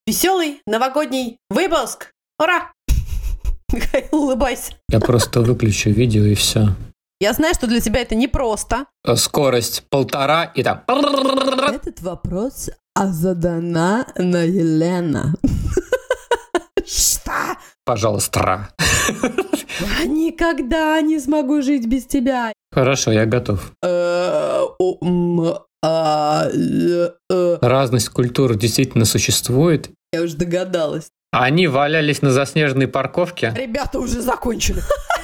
Веселый новогодний выпуск! Ура! Михаил, улыбайся. Я просто выключу видео и все. Я знаю, что для тебя это непросто. Скорость 1,5 и там... Этот вопрос задана на Елена. Что? Пожалуйста. Я никогда не смогу жить без тебя. Хорошо, я готов. Разность культур действительно существует. Я уже догадалась. Они валялись на заснеженной парковке. Ребята уже закончили.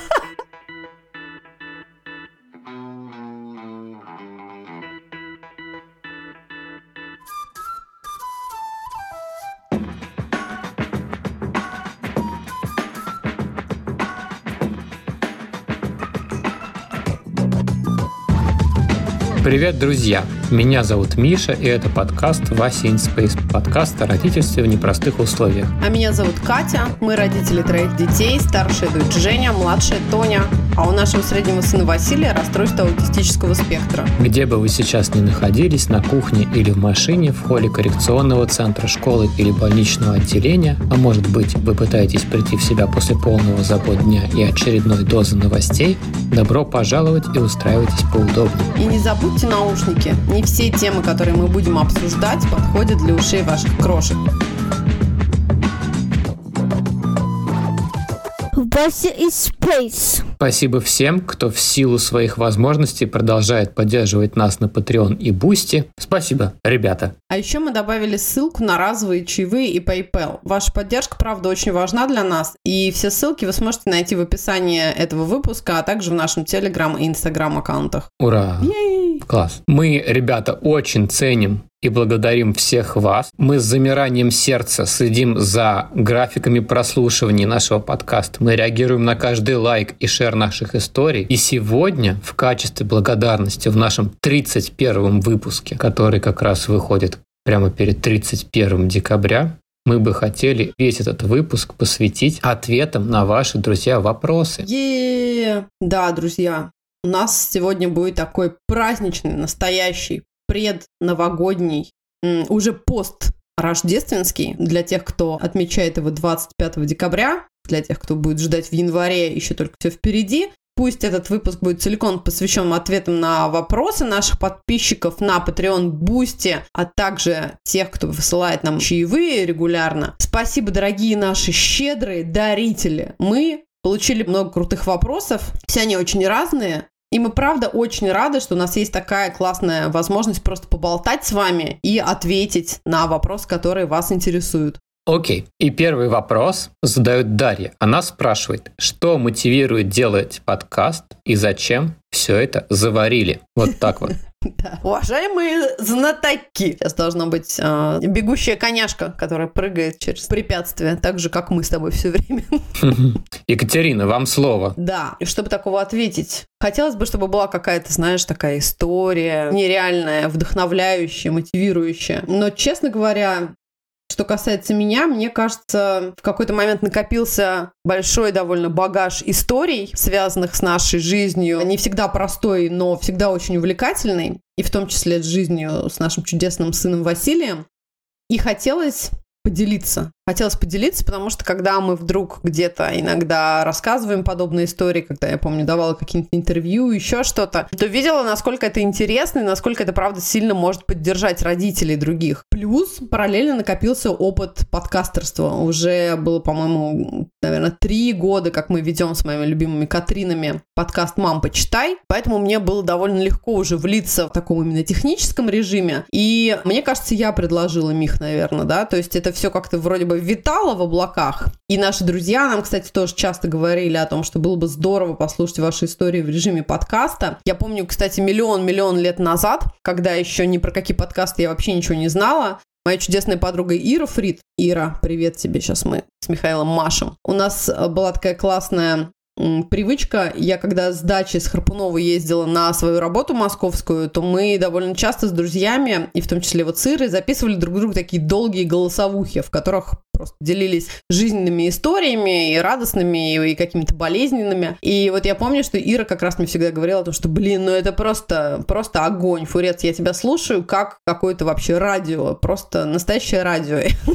Привет, друзья! Меня зовут Миша, и это подкаст «Вася in Space», подкаст о родительстве в непростых условиях. А меня зовут Катя, мы родители 3 детей, старшая дочь Женя, младшая Тоня, а у нашего среднего сына Василия расстройство аутистического спектра. Где бы вы сейчас ни находились, на кухне или в машине, в холле коррекционного центра, школы или больничного отделения, а может быть, вы пытаетесь прийти в себя после полного забот дня и очередной дозы новостей, добро пожаловать и устраивайтесь поудобнее. И не забудьте наушники. Не все темы, которые мы будем обсуждать, подходят для ушей ваших крошек. Вася in Space. Спасибо всем, кто в силу своих возможностей продолжает поддерживать нас на Patreon и Boosty. Спасибо, ребята. А еще мы добавили ссылку на разовые чаевые и PayPal. Ваша поддержка, правда, очень важна для нас. И все ссылки вы сможете найти в описании этого выпуска, а также в нашем Telegram и Instagram аккаунтах. Ура! Ей! Класс. Мы, ребята, очень ценим и благодарим всех вас. Мы с замиранием сердца следим за графиками прослушиваний нашего подкаста. Мы реагируем на каждый лайк и шер наших историй. И сегодня в качестве благодарности в нашем 31-м выпуске, который как раз выходит прямо перед 31 декабря, мы бы хотели весь этот выпуск посвятить ответам на ваши, друзья, вопросы. Да, друзья, у нас сегодня будет такой праздничный, настоящий, предновогодний, уже пост-рождественский для тех, кто отмечает его 25 декабря, для тех, кто будет ждать в январе, еще только все впереди. Пусть этот выпуск будет целиком посвящен ответам на вопросы наших подписчиков на Patreon, Boosty, а также тех, кто высылает нам чаевые регулярно. Спасибо, дорогие наши щедрые дарители. Мы получили много крутых вопросов, все они очень разные. И мы, правда, очень рады, что у нас есть такая классная возможность просто поболтать с вами и ответить на вопросы, которые вас интересуют. Окей. И первый вопрос задает Дарья. Она спрашивает, что мотивирует делать подкаст и зачем все это заварили? Вот так вот. Да. Уважаемые знатоки, сейчас должна быть бегущая коняшка, которая прыгает через препятствия, так же, как мы с тобой все время. Екатерина, вам слово. Да, и чтобы такого ответить, хотелось бы, чтобы была какая-то, знаешь, такая история нереальная, вдохновляющая, мотивирующая. Но, честно говоря, что касается меня, мне кажется, в какой-то момент накопился большой довольно багаж историй, связанных с нашей жизнью. Не всегда простой, но всегда очень увлекательный. И в том числе с жизнью с нашим чудесным сыном Василием. И хотелось поделиться, потому что когда мы вдруг где-то иногда рассказываем подобные истории, когда, я помню, давала какие-нибудь интервью, еще что-то, то видела, насколько это интересно и насколько это, правда, сильно может поддержать родителей других. Плюс параллельно накопился опыт подкастерства. Уже было, по-моему, наверное, 3 года, как мы ведем с моими любимыми Катринами подкаст «Мам, почитай», поэтому мне было довольно легко уже влиться в таком именно техническом режиме. И мне кажется, я предложила, Мих, наверное, да, то есть это все как-то вроде бы витало в облаках. И наши друзья нам, кстати, тоже часто говорили о том, что было бы здорово послушать ваши истории в режиме подкаста. Я помню, кстати, миллион лет назад, когда еще ни про какие подкасты я вообще ничего не знала, моя чудесная подруга Ира Фрид. Ира, привет тебе, сейчас мы с Михаилом машем. У нас была такая классная привычка. Я когда с дачи с Харпунова ездила на свою работу московскую, то мы довольно часто с друзьями, и в том числе вот с Ирой, записывали друг другу такие долгие голосовухи, в которых просто делились жизненными историями, и радостными, и какими-то болезненными. И вот я помню, что Ира как раз мне всегда говорила о том, что, ну это просто огонь, Фурец, я тебя слушаю, как какое-то вообще радио, просто настоящее радио.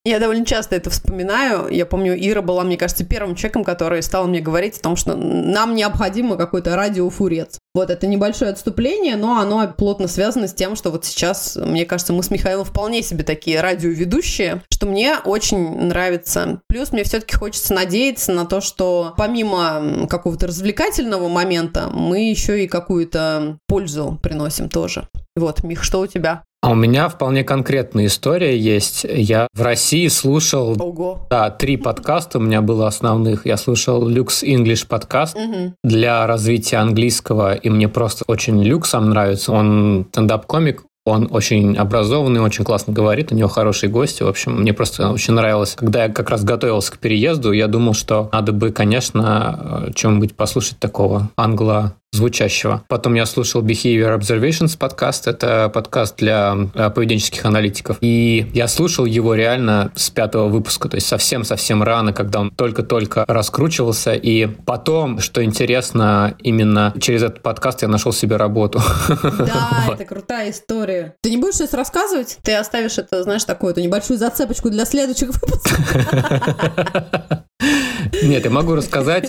Я довольно часто это вспоминаю. Я помню, Ира была, мне кажется, первым человеком, который стал мне говорить о том, что нам необходимо какой-то радиофурец. Вот это небольшое отступление, но оно плотно связано с тем, что вот сейчас, мне кажется, мы с Михаилом вполне себе такие радиоведущие, что мне очень нравится. Плюс мне все-таки хочется надеяться на то, что помимо какого-то развлекательного момента мы еще и какую-то пользу приносим тоже. Вот, Мих, что у тебя? А у меня вполне конкретная история есть. Я в России слушал... Ого. Да, 3 подкаста у меня было основных. Я слушал Люкс English подкаст для развития английского, и мне просто очень Люк сам нравится. Он стендап-комик, он очень образованный, очень классно говорит, у него хорошие гости. В общем, мне просто очень нравилось. Когда я как раз готовился к переезду, я думал, что надо бы, конечно, чем-нибудь послушать такого англозвучащего. Потом я слушал Behavior Observations подкаст. Это подкаст для поведенческих аналитиков. И я слушал его реально с 5-го выпуска, то есть совсем-совсем рано, когда он только-только раскручивался. И потом, что интересно, именно через этот подкаст я нашел себе работу. Да, это крутая история. Ты не будешь сейчас рассказывать? Ты оставишь это, знаешь, такую-то небольшую зацепочку для следующих выпусков? Нет, я могу рассказать.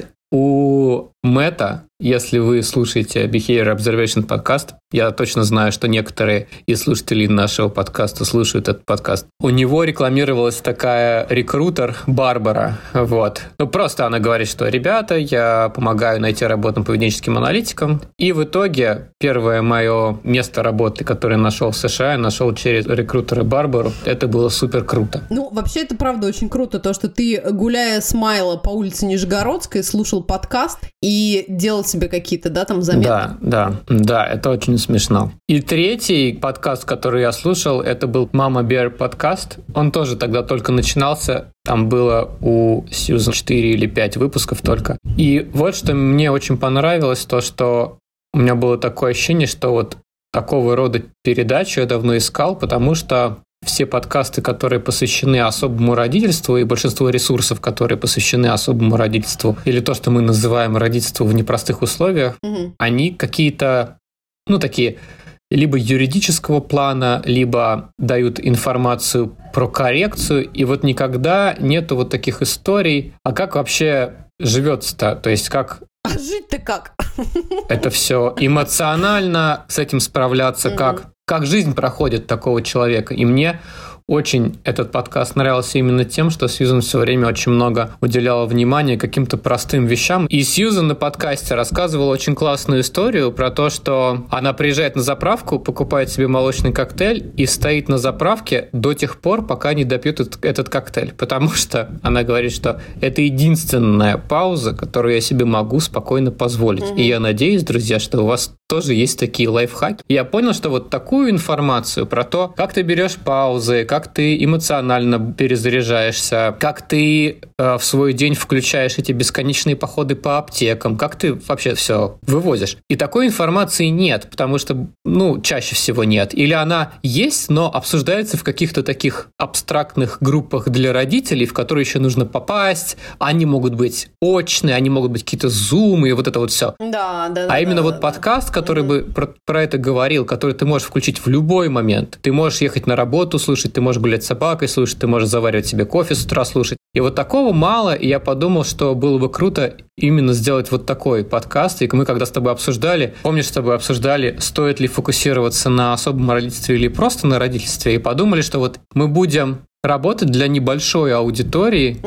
У Мэтта, если вы слушаете Behavior Observation подкаст, я точно знаю, что некоторые из слушателей нашего подкаста слушают этот подкаст. У него рекламировалась такая рекрутер Барбара. Вот. Ну, просто она говорит, что ребята, я помогаю найти работу поведенческим аналитикам. И в итоге первое мое место работы, которое я нашел в США, я нашел через рекрутера Барбару. Это было супер круто. Ну, вообще, это правда очень круто, то, что ты, гуляя с Майло по улице Нижегородской, слушал подкаст и делал себе какие-то, да, там заметки. Да, это очень смешно. И третий подкаст, который я слушал, это был Мама Бер подкаст. Он тоже тогда только начинался. Там было у Сьюзан 4 или 5 выпусков только. И вот что мне очень понравилось, то, что у меня было такое ощущение, что вот такого рода передачу я давно искал, потому что все подкасты, которые посвящены особому родительству, и большинство ресурсов, которые посвящены особому родительству, или то, что мы называем родительство в непростых условиях, они какие-то, такие, либо юридического плана, либо дают информацию про коррекцию, и вот никогда нету вот таких историй, а как вообще живется-то, то есть как... А жить-то как? Это все эмоционально с этим справляться, как жизнь проходит такого человека. И мне очень этот подкаст нравился именно тем, что Сьюзан все время очень много уделяла внимания каким-то простым вещам. И Сьюзан на подкасте рассказывала очень классную историю про то, что она приезжает на заправку, покупает себе молочный коктейль и стоит на заправке до тех пор, пока не допьет этот коктейль. Потому что она говорит, что это единственная пауза, которую я себе могу спокойно позволить. И я надеюсь, друзья, что у вас тоже есть такие лайфхаки. Я понял, что вот такую информацию про то, как ты берешь паузы, как ты эмоционально перезаряжаешься, как ты в свой день включаешь эти бесконечные походы по аптекам, как ты вообще все вывозишь. И такой информации нет, потому что, чаще всего нет. Или она есть, но обсуждается в каких-то таких абстрактных группах для родителей, в которые еще нужно попасть. Они могут быть очные, они могут быть какие-то зумы, и вот это вот все. Да. Именно подкаст, который бы про это говорил, который ты можешь включить в любой момент. Ты можешь ехать на работу слушать, ты можешь гулять с собакой слушать, ты можешь заваривать себе кофе с утра слушать. И вот такого мало, и я подумал, что было бы круто именно сделать вот такой подкаст. И мы когда с тобой обсуждали, помнишь, с тобой обсуждали, стоит ли фокусироваться на особом родительстве или просто на родительстве, и подумали, что вот мы будем работать для небольшой аудитории,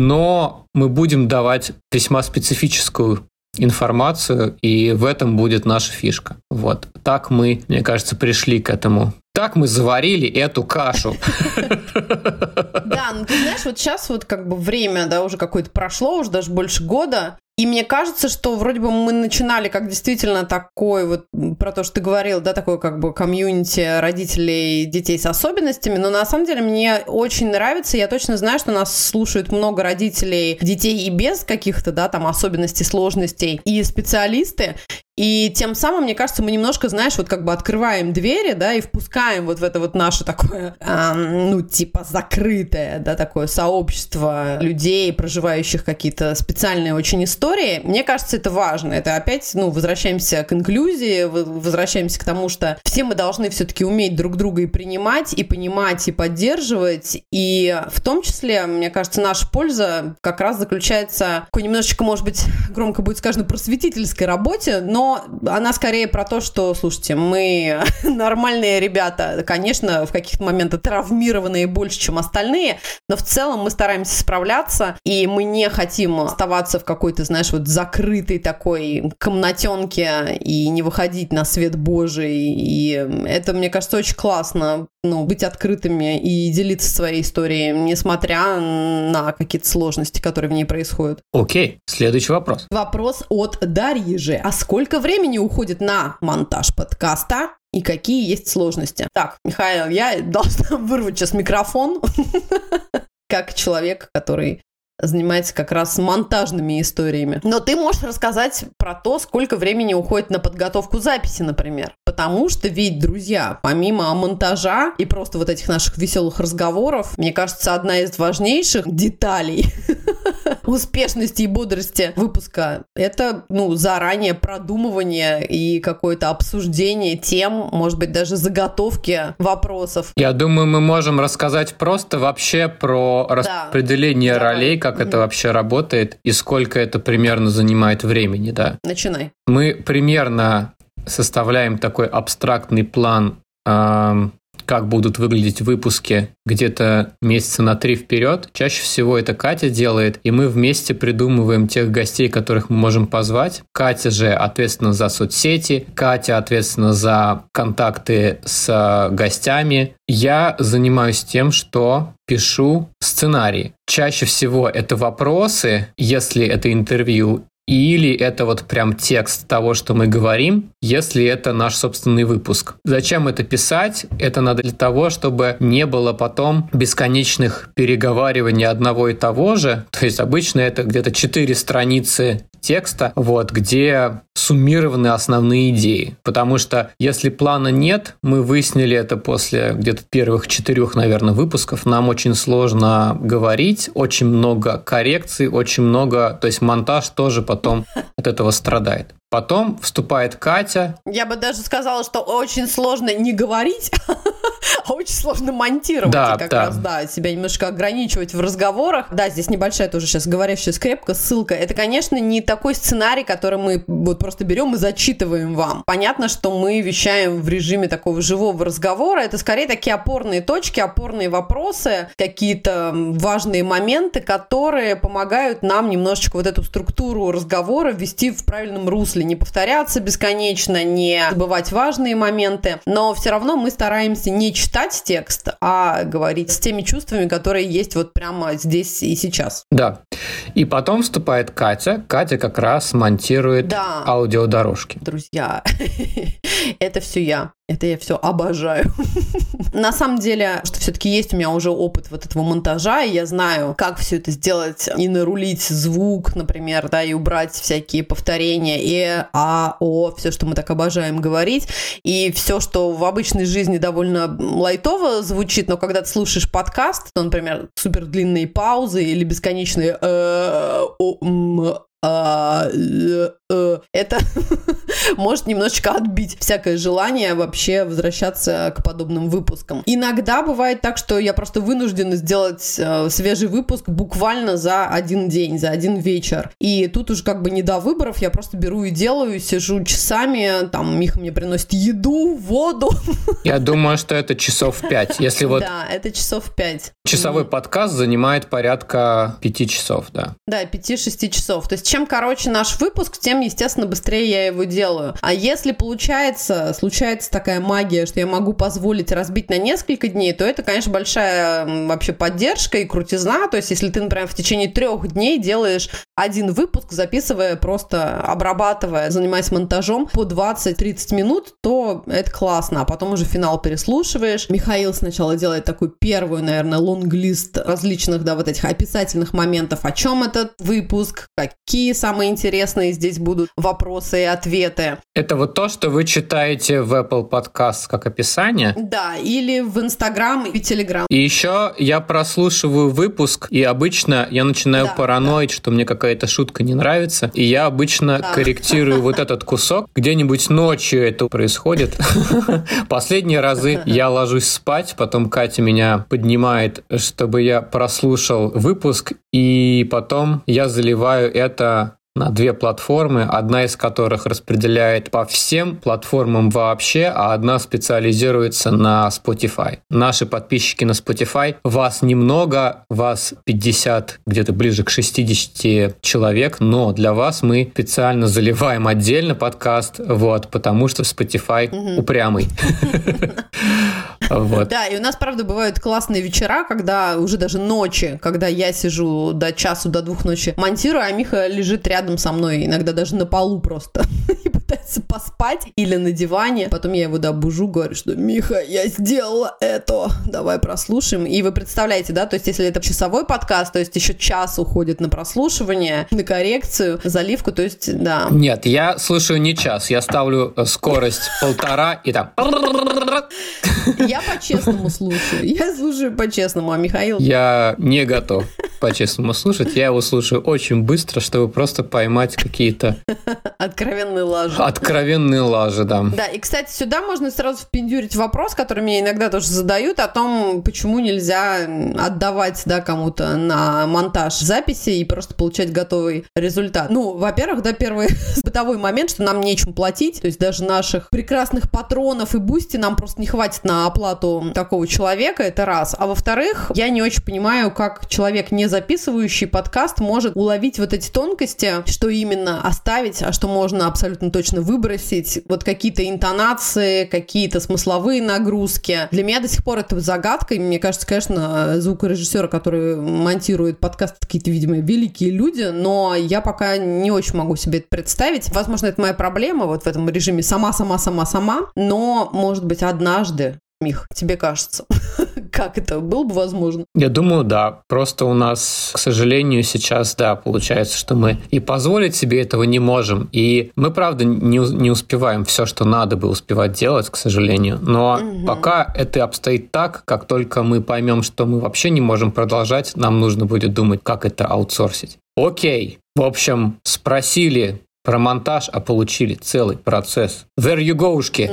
но мы будем давать весьма специфическую информацию, и в этом будет наша фишка. Вот. Так мы, мне кажется, пришли к этому. Так мы заварили эту кашу. Да, ты знаешь, вот сейчас вот как бы время, уже какое-то прошло, уже даже больше года, и мне кажется, что вроде бы мы начинали как действительно такой вот, про то, что ты говорил, такой как бы комьюнити родителей детей с особенностями, но на самом деле мне очень нравится, я точно знаю, что нас слушают много родителей детей и без каких-то, там особенностей, сложностей, и специалисты, И тем самым, мне кажется, мы немножко, знаешь, вот как бы открываем двери, да, и впускаем вот в это вот наше такое, типа закрытое, да, такое сообщество людей, проживающих какие-то специальные очень истории. Мне кажется, это важно. Это опять, возвращаемся к инклюзии, возвращаемся к тому, что все мы должны все-таки уметь друг друга и принимать, и понимать, и поддерживать. И в том числе, мне кажется, наша польза как раз заключается в такой немножечко, может быть, громко будет сказано, просветительской работе, но она скорее про то, что, слушайте, мы нормальные ребята, конечно, в каких-то моментах травмированные больше, чем остальные, но в целом мы стараемся справляться, и мы не хотим оставаться в какой-то, знаешь, вот закрытой такой комнатенке и не выходить на свет Божий. И это, мне кажется, очень классно, быть открытыми и делиться своей историей, несмотря на какие-то сложности, которые в ней происходят. Окей, следующий вопрос. Вопрос от Дарьи же. А сколько времени уходит на монтаж подкаста? И какие есть сложности? Так, Михаил, я должна вырвать сейчас микрофон, как человек, который занимается как раз монтажными историями. Но ты можешь рассказать про то, сколько времени уходит на подготовку записи, например. Потому что ведь, друзья, помимо монтажа и просто вот этих наших веселых разговоров, мне кажется, одна из важнейших деталей успешности и бодрости выпуска — это, заранее продумывание и какое-то обсуждение тем, может быть, даже заготовки вопросов. Я думаю, мы можем рассказать просто вообще про распределение ролей, как это вообще работает и сколько это примерно занимает времени, да. Начинай. Мы примерно составляем такой абстрактный план, как будут выглядеть выпуски где-то месяца на 3 вперед. Чаще всего это Катя делает, и мы вместе придумываем тех гостей, которых мы можем позвать. Катя же ответственна за соцсети, Катя ответственна за контакты с гостями. Я занимаюсь тем, что пишу сценарии. Чаще всего это вопросы, если это интервью, или это вот прям текст того, что мы говорим, если это наш собственный выпуск. Зачем это писать? Это надо для того, чтобы не было потом бесконечных переговариваний одного и того же. То есть обычно это где-то 4 страницы текста, где суммированы основные идеи. Потому что если плана нет, мы выяснили это после где-то первых 4, наверное, выпусков, нам очень сложно говорить, очень много коррекций, очень много, то есть монтаж тоже потом от этого страдает. Потом вступает Катя. Я бы даже сказала, что очень сложно не говорить, а очень сложно монтировать. Да, и как раз, себя немножко ограничивать в разговорах. Да, здесь небольшая тоже сейчас говорящая скрепка, ссылка. Это, конечно, не такой сценарий, который мы вот просто берем и зачитываем вам. Понятно, что мы вещаем в режиме такого живого разговора. Это скорее такие опорные точки, опорные вопросы, какие-то важные моменты, которые помогают нам немножечко вот эту структуру разговора ввести в правильном русле. Не повторяться бесконечно, не забывать важные моменты, но все равно мы стараемся не читать текст, а говорить с теми чувствами, которые есть вот прямо здесь и сейчас. Да. И потом вступает Катя. Катя как раз монтирует аудиодорожки. Друзья, это все я. Это я все обожаю. На самом деле, что все-таки есть у меня уже опыт вот этого монтажа, и я знаю, как все это сделать и нарулить звук, например, и убрать всякие повторения, все, что мы так обожаем говорить, и все, что в обычной жизни довольно лайтово звучит, но когда ты слушаешь подкаст, то, например, супер длинные паузы или бесконечные это может немножечко отбить всякое желание вообще возвращаться к подобным выпускам. Иногда бывает так, что я просто вынуждена сделать свежий выпуск буквально за один день, за один вечер. И тут уже как бы не до выборов, я просто беру и делаю, сижу часами, там Миха мне приносит еду, воду. Я думаю, что это часов 5. Если Да, это часов 5. Часовой подкаст занимает порядка 5 часов, да. Да, 5-6 часов. То есть чем короче наш выпуск, тем, естественно, быстрее я его делаю. А если случается такая магия, что я могу позволить разбить на несколько дней, то это, конечно, большая вообще поддержка и крутизна. То есть если ты, например, в течение 3 дней делаешь один выпуск, записывая, просто обрабатывая, занимаясь монтажом по 20-30 минут, то это классно. А потом уже финал переслушиваешь. Михаил сначала делает такую первую, наверное, лонглист различных, да, вот этих описательных моментов, о чем этот выпуск, какие самые интересные здесь будут вопросы и ответы. Это вот то, что вы читаете в Apple Podcasts как описание? Да, или в Instagram и Telegram. И еще я прослушиваю выпуск, и обычно я начинаю параноить, что мне какая-то шутка не нравится, и я обычно корректирую вот этот кусок. Где-нибудь ночью это происходит. Последние разы я ложусь спать, потом Катя меня поднимает, чтобы я прослушал выпуск, и потом я заливаю это на 2 платформы, одна из которых распределяет по всем платформам вообще, а одна специализируется на Spotify. Наши подписчики на Spotify, вас немного, вас 50, где-то ближе к 60 человек, но для вас мы специально заливаем отдельно подкаст, вот, потому что Spotify упрямый. Вот. Да, и у нас, правда, бывают классные вечера, когда уже даже ночи, когда я сижу до часу, до 2 ночи монтирую, а Миха лежит рядом со мной, иногда даже на полу просто, и пытается поспать или на диване. Потом я его добужу, говорю, что «Миха, я сделала это, давай прослушаем». И вы представляете, да, то есть если это часовой подкаст, то есть еще час уходит на прослушивание, на коррекцию, заливку, то есть, да. Нет, я слушаю не час, я ставлю скорость 1,5 и там... Я по-честному слушаю. Я слушаю по-честному, а Михаил... Я не готов по-честному слушать. Я его слушаю очень быстро, чтобы просто поймать какие-то... Откровенные лажи. Откровенные лажи, да. Да, и, кстати, сюда можно сразу впендюрить вопрос, который мне иногда тоже задают, о том, почему нельзя отдавать, да, кому-то на монтаж записи и просто получать готовый результат. Ну, во-первых, да, первый бытовой момент, что нам нечем платить, то есть даже наших прекрасных патронов и бусти нам просто не хватит на оплату такого человека, это раз. А во-вторых, я не очень понимаю, как человек, не записывающий подкаст, может уловить вот эти тонкости, что именно оставить, а что можно абсолютно точно выбросить, вот какие-то интонации, какие-то смысловые нагрузки. Для меня до сих пор это загадка, и мне кажется, конечно, звукорежиссеры, которые монтируют подкасты, какие-то, видимо, великие люди, но я пока не очень могу себе это представить. Возможно, это моя проблема вот в этом режиме сама, но, может быть, однажды, Мих, тебе кажется, как это было бы возможно? Я думаю, да. Просто у нас, к сожалению, сейчас, да, получается, что мы и позволить себе этого не можем. И мы, правда, не успеваем все, что надо бы успевать делать, к сожалению. Но пока это обстоит так, как только мы поймем, что мы вообще не можем продолжать, нам нужно будет думать, как это аутсорсить. Окей. В общем, спросили про монтаж, а получили целый процесс. There you go-шки.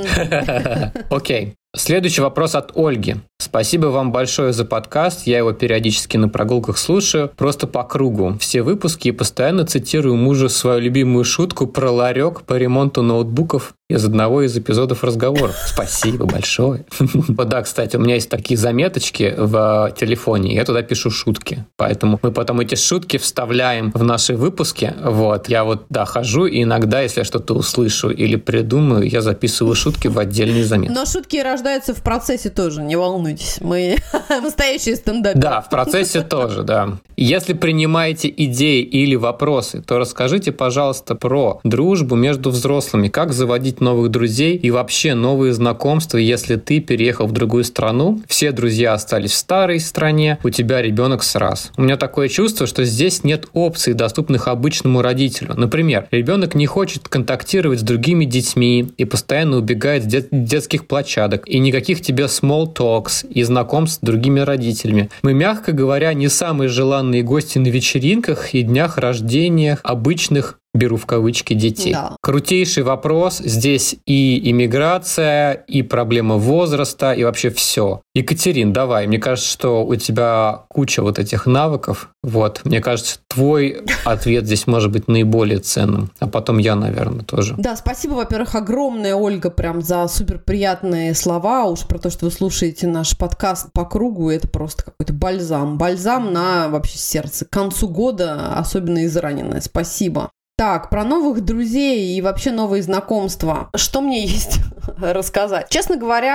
Окей. Следующий вопрос от Ольги. Спасибо вам большое за подкаст. Я его периодически на прогулках слушаю, просто по кругу. Все выпуски и постоянно цитирую мужу свою любимую шутку про ларек по ремонту ноутбуков из одного из эпизодов разговоров. Спасибо большое. Да, кстати, у меня есть такие заметочки в телефоне, я туда пишу шутки. Поэтому мы потом эти шутки вставляем в наши выпуски. Вот. Я вот, да, хожу, и иногда, если я что-то услышу или придумаю, я записываю шутки в отдельный заметки. Но шутки рождаются в процессе тоже, не волнуйтесь. Мы настоящие стендаперы. Да, в процессе тоже, да. Если принимаете идеи или вопросы, то расскажите, пожалуйста, про дружбу между взрослыми, как заводить новых друзей и вообще новые знакомства, если ты переехал в другую страну, все друзья остались в старой стране, у тебя ребенок срас. У меня такое чувство, что здесь нет опций, доступных обычному родителю. Например, ребенок не хочет контактировать с другими детьми и постоянно убегает с детских площадок, и никаких тебе small talks и знакомств с другими родителями. Мы, мягко говоря, не самые желанные гости на вечеринках и днях рождения обычных, беру в кавычки, детей. Да. Крутейший вопрос. Здесь и иммиграция, и проблема возраста, и вообще все. Екатерин, давай. Мне кажется, что у тебя куча вот этих навыков. Вот. Мне кажется, твой ответ здесь может быть наиболее ценным. А потом я, наверное, тоже. Да, спасибо, во-первых, огромное, Ольга, прям за супер приятные слова. Уж про то, что вы слушаете наш подкаст по кругу, это просто какой-то бальзам. Бальзам на вообще сердце. К концу года, особенно израненное. Спасибо. Так, про новых друзей и вообще новые знакомства. Что мне есть рассказать? Честно говоря,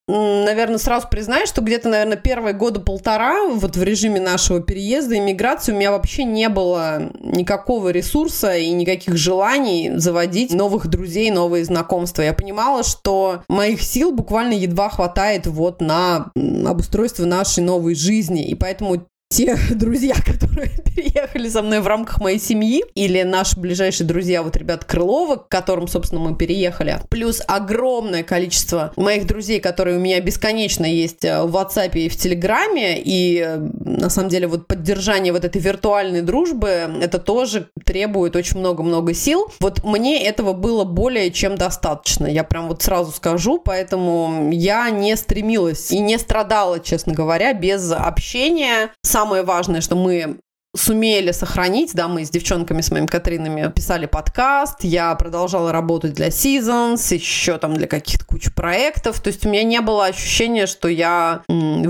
наверное, сразу признаюсь, что где-то, наверное, первые года полтора вот в режиме нашего переезда, иммиграции, у меня вообще не было никакого ресурса и никаких желаний заводить новых друзей, новые знакомства. Я понимала, что моих сил буквально едва хватает вот на обустройство нашей новой жизни, и поэтому те друзья, которые переехали со мной в рамках моей семьи, или наши ближайшие друзья, вот ребята Крылова, к которым, собственно, мы переехали, плюс огромное количество моих друзей, которые у меня бесконечно есть в WhatsApp и в Телеграме, и на самом деле вот поддержание вот этой виртуальной дружбы, это тоже требует очень много-много сил. Вот мне этого было более чем достаточно, я прям вот сразу скажу, поэтому я не стремилась и не страдала, честно говоря, без общения. Самое важное, что мы сумели сохранить, да, мы с девчонками, с моими Катринами писали подкаст, я продолжала работать для Seasons, еще там для каких-то куч проектов, то есть у меня не было ощущения, что я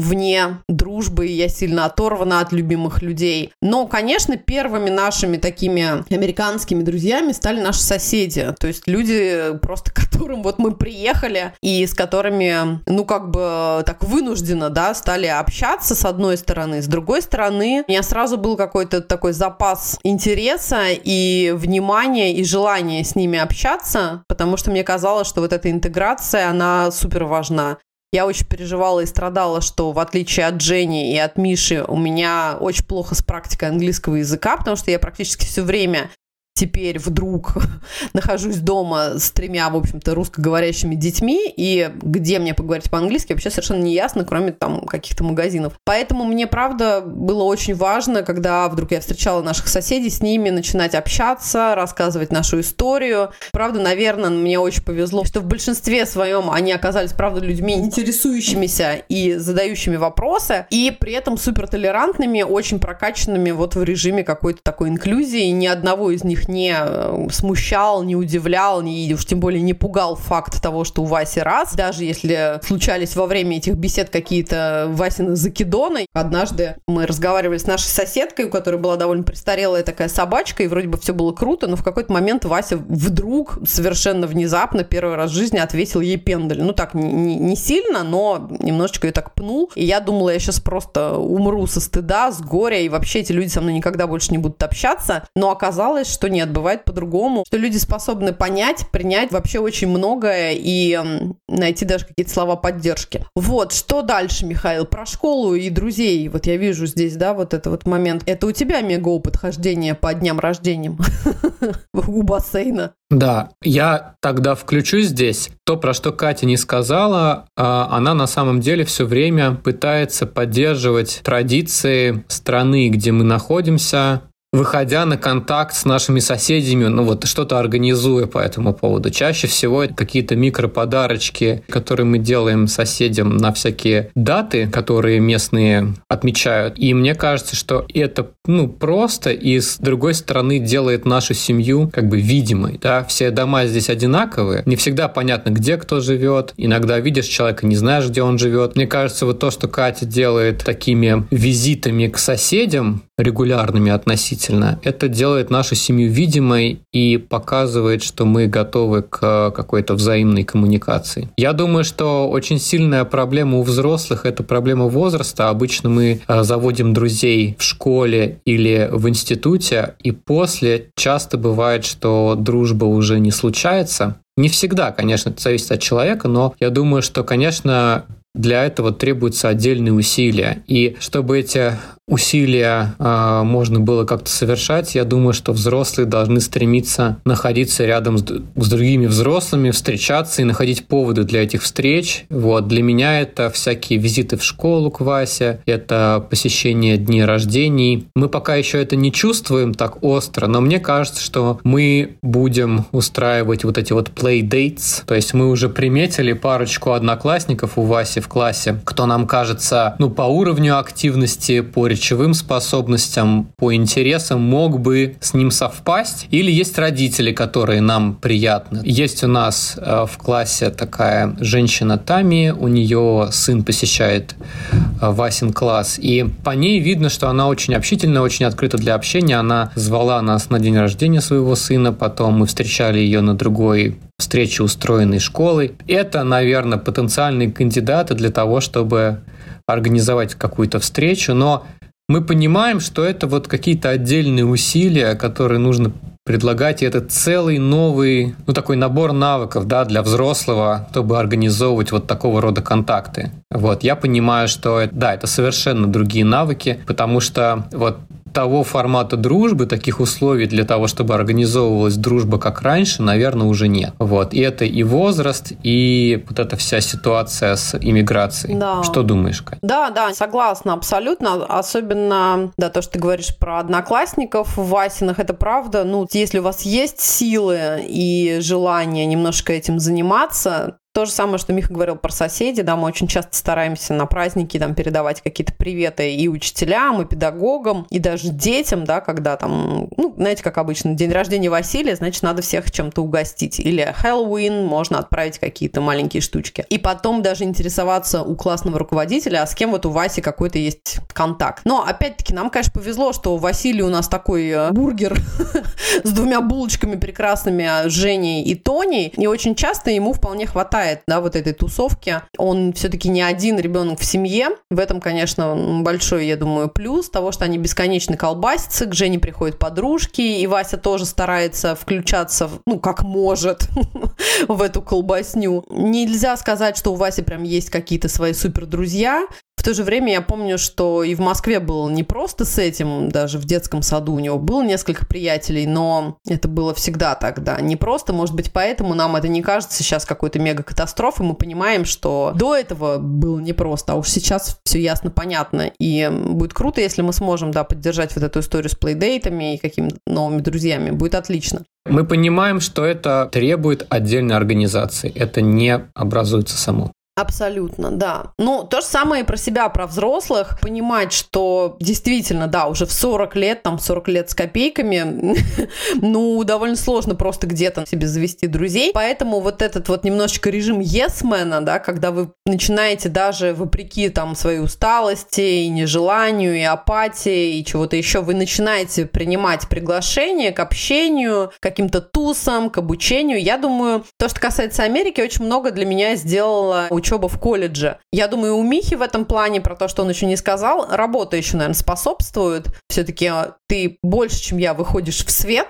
вне дружбы, я сильно оторвана от любимых людей. Но, конечно, первыми нашими такими американскими друзьями стали наши соседи, то есть люди, просто к которым вот мы приехали и с которыми, ну, как бы так вынужденно, да, стали общаться с одной стороны, с другой стороны, у меня сразу был какой-то такой запас интереса и внимания, и желания с ними общаться, потому что мне казалось, что вот эта интеграция, она супер важна. Я очень переживала и страдала, что в отличие от Жени и от Миши у меня очень плохо с практикой английского языка, потому что я практически все время теперь вдруг нахожусь дома с 3, в общем-то, русскоговорящими детьми, и где мне поговорить по-английски, вообще совершенно не ясно, кроме там каких-то магазинов. Поэтому мне, правда, было очень важно, когда вдруг я встречала наших соседей, с ними начинать общаться, рассказывать нашу историю. Правда, наверное, мне очень повезло, что в большинстве своем они оказались, правда, людьми интересующимися и задающими вопросы, и при этом супертолерантными, очень прокачанными вот в режиме какой-то такой инклюзии. Ни одного из них не смущал, не удивлял, уж тем более не пугал факт того, что у Васи раз. Даже если случались во время этих бесед какие-то Васины закидоны. Однажды мы разговаривали с нашей соседкой, у которой была довольно престарелая такая собачка, и вроде бы все было круто, но в какой-то момент Вася вдруг, совершенно внезапно, первый раз в жизни ответил ей пендаль. Ну так, не сильно, но немножечко ее так пнул. И я думала, я сейчас просто умру со стыда, с горя, и вообще эти люди со мной никогда больше не будут общаться. Но оказалось, что нет, бывает по-другому, что люди способны понять, принять вообще очень многое и найти даже какие-то слова поддержки. Вот, что дальше, Михаил? Про школу и друзей. Вот я вижу здесь, да, вот этот вот момент. Это у тебя мега-опыт хождения по дням рождения у бассейна? Да, я тогда включусь здесь. То, про что Катя не сказала, она на самом деле все время пытается поддерживать традиции страны, где мы находимся, выходя на контакт с нашими соседями, ну вот что-то организуя по этому поводу. Чаще всего это какие-то микроподарочки, которые мы делаем соседям на всякие даты, которые местные отмечают. И мне кажется, что это просто и с другой стороны делает нашу семью как бы видимой. Да? Все дома здесь одинаковые, не всегда понятно, где кто живет. Иногда видишь человека, не знаешь, где он живет. Мне кажется, вот то, что Катя делает такими визитами к соседям, регулярными относительно, это делает нашу семью видимой и показывает, что мы готовы к какой-то взаимной коммуникации. Я думаю, что очень сильная проблема у взрослых – это проблема возраста. Обычно мы заводим друзей в школе или в институте, и после часто бывает, что дружба уже не случается. Не всегда, конечно, это зависит от человека, но я думаю, что, конечно, для этого требуются отдельные усилия. И чтобы эти усилия можно было как-то совершать, я думаю, что взрослые должны стремиться находиться рядом с другими взрослыми, встречаться и находить поводы для этих встреч. Вот. Для меня это всякие визиты в школу к Васе, это посещение дней рождений. Мы пока еще это не чувствуем так остро, но мне кажется, что мы будем устраивать вот эти вот play-dates. То есть мы уже приметили парочку одноклассников у Васи в классе, кто нам кажется, по уровню активности, по речевым способностям, по интересам мог бы с ним совпасть. Или есть родители, которые нам приятны. Есть у нас в классе такая женщина Тами, у нее сын посещает Васин класс, и по ней видно, что она очень общительная, очень открыта для общения. Она звала нас на день рождения своего сына, потом мы встречали ее на другой встрече, устроенной школой. Это, наверное, потенциальные кандидаты для того, чтобы организовать какую-то встречу, но мы понимаем, что это вот какие-то отдельные усилия, которые нужно предлагать, и это целый новый, такой набор навыков, да, для взрослого, чтобы организовывать вот такого рода контакты. Вот, я понимаю, что, это совершенно другие навыки, потому что вот того формата дружбы, таких условий для того, чтобы организовывалась дружба как раньше, наверное, уже нет. Вот. И это и возраст, и вот эта вся ситуация с иммиграцией. Да. Что думаешь, Кать? Да, согласна абсолютно. Особенно, то, что ты говоришь про одноклассников в Васиных, это правда. Если у вас есть силы и желание немножко этим заниматься, то же самое, что Миха говорил про соседей, да, мы очень часто стараемся на праздники там передавать какие-то приветы и учителям, и педагогам, и даже детям, да, когда там, знаете, как обычно, день рождения Василия, значит, надо всех чем-то угостить. Или Хэллоуин, можно отправить какие-то маленькие штучки. И потом даже интересоваться у классного руководителя, а с кем вот у Васи какой-то есть контакт. Но, опять-таки, нам, конечно, повезло, что Василий у нас такой бургер с 2 булочками прекрасными, Женей и Тоней, и очень часто ему вполне хватает, да, вот этой тусовки. Он все-таки не один ребенок в семье. В этом, конечно, большой, я думаю, плюс того, что они бесконечно колбасятся, к Жене приходят подружки, и Вася тоже старается включаться, как может, в эту колбасню. Нельзя сказать, что у Васи прям есть какие-то свои супердрузья. В то же время я помню, что и в Москве было не просто с этим, даже в детском саду у него было несколько приятелей, но это было всегда так, да, не просто, может быть, поэтому нам это не кажется сейчас какой-то мега-катастрофой, мы понимаем, что до этого было непросто, а уж сейчас все ясно, понятно, и будет круто, если мы сможем, да, поддержать вот эту историю с плейдейтами и какими-то новыми друзьями, будет отлично. Мы понимаем, что это требует отдельной организации, это не образуется само. Абсолютно, да. То же самое и про себя, про взрослых. Понимать, что действительно, да, уже в 40 лет, 40 лет с копейками, довольно сложно просто где-то себе завести друзей. Поэтому вот этот вот немножечко режим yes-man, да, когда вы начинаете даже вопреки своей усталости и нежеланию, и апатии, и чего-то еще, вы начинаете принимать приглашения к общению, к каким-то тусам, к обучению. Я думаю, то, что касается Америки, очень много для меня сделала учеба в колледже. Я думаю, у Михи в этом плане, про то, что он еще не сказал, работа еще, наверное, способствует. Все-таки ты больше, чем я, выходишь в свет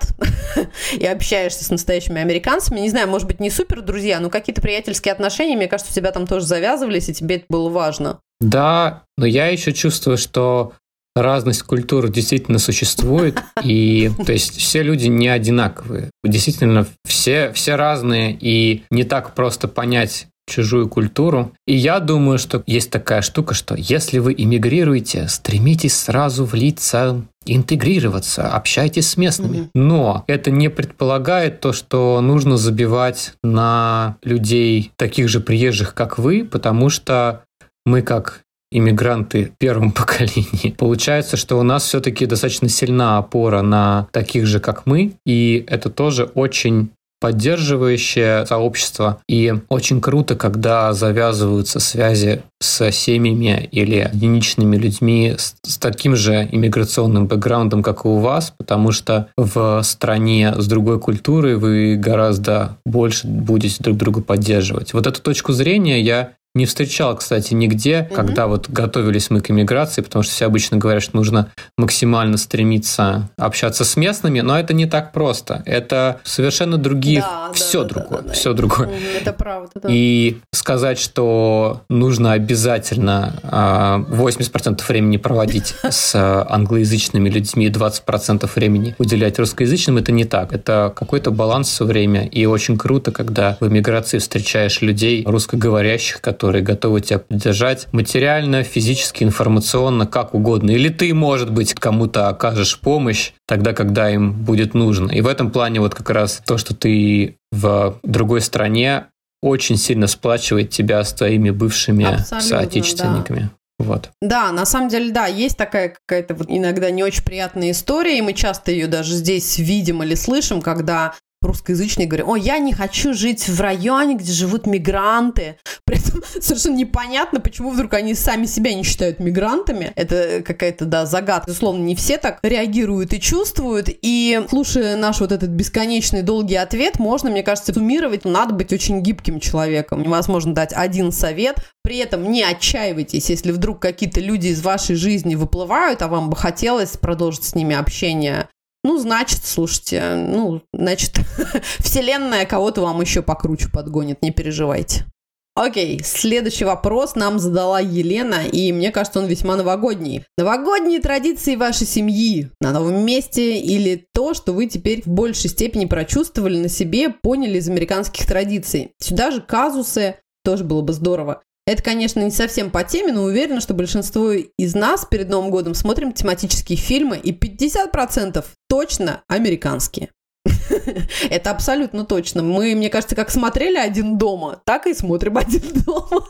и общаешься с настоящими американцами. Не знаю, может быть, не супер друзья, но какие-то приятельские отношения, мне кажется, у тебя там тоже завязывались, и тебе это было важно. Да, но я еще чувствую, что разность культур действительно существует, и то есть все люди не одинаковые. Действительно, все разные, и не так просто понять чужую культуру. И я думаю, что есть такая штука, что если вы эмигрируете, стремитесь сразу влиться, интегрироваться, общайтесь с местными. Но это не предполагает то, что нужно забивать на людей, таких же приезжих, как вы, потому что мы, как иммигранты в первом поколении, получается, что у нас все-таки достаточно сильна опора на таких же, как мы, и это тоже очень поддерживающее сообщество. И очень круто, когда завязываются связи с семьями или единичными людьми с таким же иммиграционным бэкграундом, как и у вас, потому что в стране с другой культурой вы гораздо больше будете друг друга поддерживать. Вот эту точку зрения я не встречал, кстати, нигде, когда вот готовились мы к иммиграции, потому что все обычно говорят, что нужно максимально стремиться общаться с местными, но это не так просто. Это совершенно другие, все другое. Это правда, да. И сказать, что нужно обязательно 80% времени проводить с англоязычными людьми, 20% времени уделять русскоязычным, это не так. Это какой-то баланс все время, и очень круто, когда в иммиграции встречаешь людей русскоговорящих, которые готовы тебя поддержать материально, физически, информационно, как угодно. Или ты, может быть, кому-то окажешь помощь тогда, когда им будет нужно. И в этом плане вот как раз то, что ты в другой стране, очень сильно сплачивает тебя с твоими бывшими соотечественниками. Вот. Да, на самом деле, да, есть такая какая-то вот иногда не очень приятная история, и мы часто ее даже здесь видим или слышим, когда русскоязычные говорят: ой, я не хочу жить в районе, где живут мигранты. При этом совершенно непонятно, почему вдруг они сами себя не считают мигрантами. Это какая-то, да, загадка. Безусловно, не все так реагируют и чувствуют. И слушая наш вот этот бесконечный долгий ответ, можно, мне кажется, суммировать: надо быть очень гибким человеком. Невозможно дать один совет. При этом не отчаивайтесь, если вдруг какие-то люди из вашей жизни выплывают, а вам бы хотелось продолжить с ними общение. Значит, слушайте, значит, вселенная кого-то вам еще покруче подгонит, не переживайте. Окей, следующий вопрос нам задала Елена, и мне кажется, он весьма новогодний. Новогодние традиции вашей семьи на новом месте или то, что вы теперь в большей степени прочувствовали на себе, поняли из американских традиций? Сюда же казусы, тоже было бы здорово. Это, конечно, не совсем по теме, но уверена, что большинство из нас перед Новым годом смотрим тематические фильмы, и 50% точно американские. Это абсолютно точно. Мы, мне кажется, как смотрели «Один дома», так и смотрим «Один дома».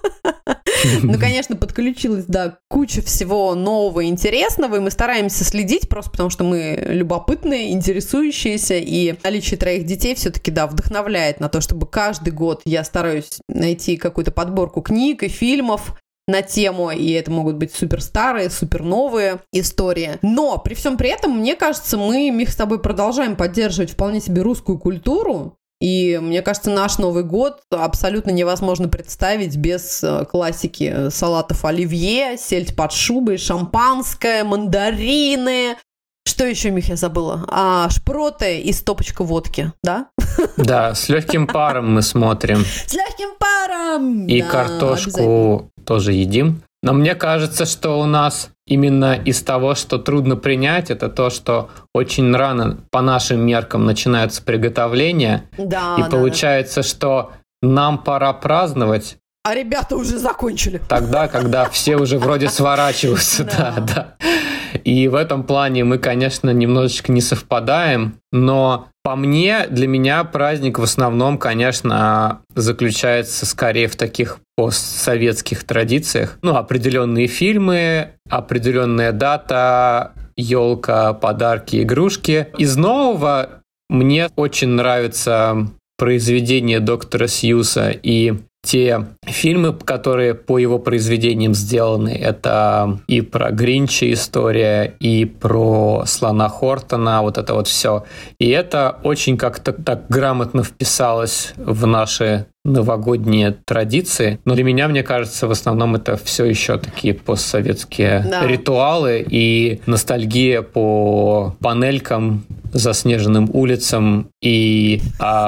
Конечно, подключилась, да, куча всего нового и интересного, и мы стараемся следить, просто потому что мы любопытные, интересующиеся, и наличие 3 детей все-таки, да, вдохновляет на то, чтобы каждый год я стараюсь найти какую-то подборку книг и фильмов на тему, и это могут быть супер старые, супер новые истории. Но при всем при этом, мне кажется, мы, Мих, с тобой продолжаем поддерживать вполне себе русскую культуру, и мне кажется, наш Новый год абсолютно невозможно представить без классики салатов оливье, сельдь под шубой, шампанское, мандарины. Что еще, Мих, я забыла? Шпроты и стопочка водки, да? Да, с легким паром мы смотрим. С легким паром! И да, картошку тоже едим. Но мне кажется, что у нас именно из того, что трудно принять, это то, что очень рано по нашим меркам начинаются приготовления. Да, и получается, что нам пора праздновать. А ребята уже закончили. Тогда, когда все уже вроде сворачиваются. Да. И в этом плане мы, конечно, немножечко не совпадаем, но по мне, для меня праздник в основном, конечно, заключается скорее в таких постсоветских традициях. Определенные фильмы, определенная дата, елка, подарки, игрушки. Из нового мне очень нравится произведение доктора Сьюса и те фильмы, которые по его произведениям сделаны. Это и про Гринча история, и про Слона Хортона, вот это вот все. И это очень как-то так грамотно вписалось в наши новогодние традиции. Но для меня, мне кажется, в основном это все еще такие постсоветские ритуалы и ностальгия по панелькам, заснеженным улицам и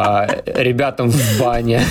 ребятам в бане.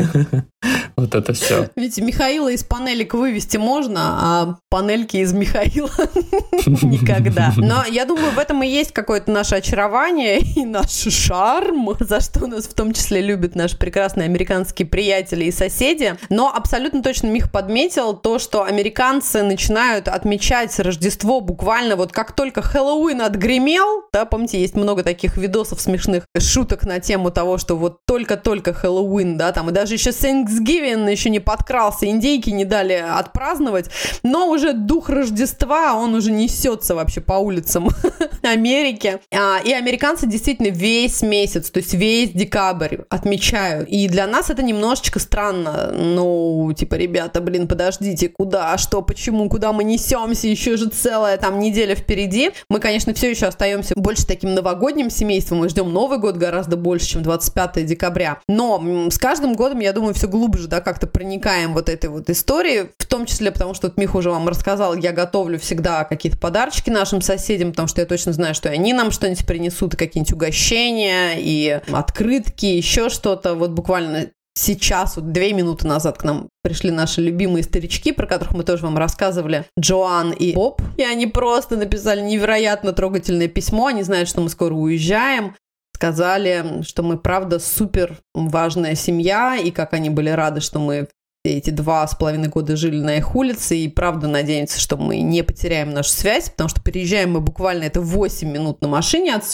Вот это все. Ведь Михаила из панелек вывести можно, а панельки из Михаила никогда. Но я думаю, в этом и есть какое-то наше очарование и наш шарм, за что нас в том числе любят наши прекрасные американские приятели и соседи. Но абсолютно точно Мих подметил то, что американцы начинают отмечать Рождество буквально вот как только Хэллоуин отгремел. Да, помните, есть много таких видосов смешных, шуток на тему того, что вот только-только Хэллоуин, да, там, и даже еще Thanksgiving еще не подкрался, индейки не дали отпраздновать, но уже дух Рождества, он уже несется вообще по улицам Америки. И американцы действительно весь месяц, то есть весь декабрь отмечают. И для нас это немножечко странно. Ребята, подождите, куда, что, почему, куда мы несемся, еще же целая там неделя впереди. Мы, конечно, все еще остаемся больше таким новогодним семейством, мы ждем Новый год гораздо больше, чем 25 декабря. Но с каждым годом, я думаю, все глубже, да, как-то проникаем вот этой вот истории, в том числе потому, что Миха уже вам рассказал, я готовлю всегда какие-то подарочки нашим соседям, потому что я точно знаю, что и они нам что-нибудь принесут, и какие-нибудь угощения, и открытки, еще что-то. Вот буквально сейчас, 2 минуты назад к нам пришли наши любимые старички, про которых мы тоже вам рассказывали, Джоан и Боб, и они просто написали невероятно трогательное письмо, они знают, что мы скоро уезжаем, сказали, что мы, правда, супер важная семья, и как они были рады, что мы эти 2,5 года жили на их улице, и правда надеемся, что мы не потеряем нашу связь, потому что переезжаем мы буквально, это 8 минут на машине отсюда,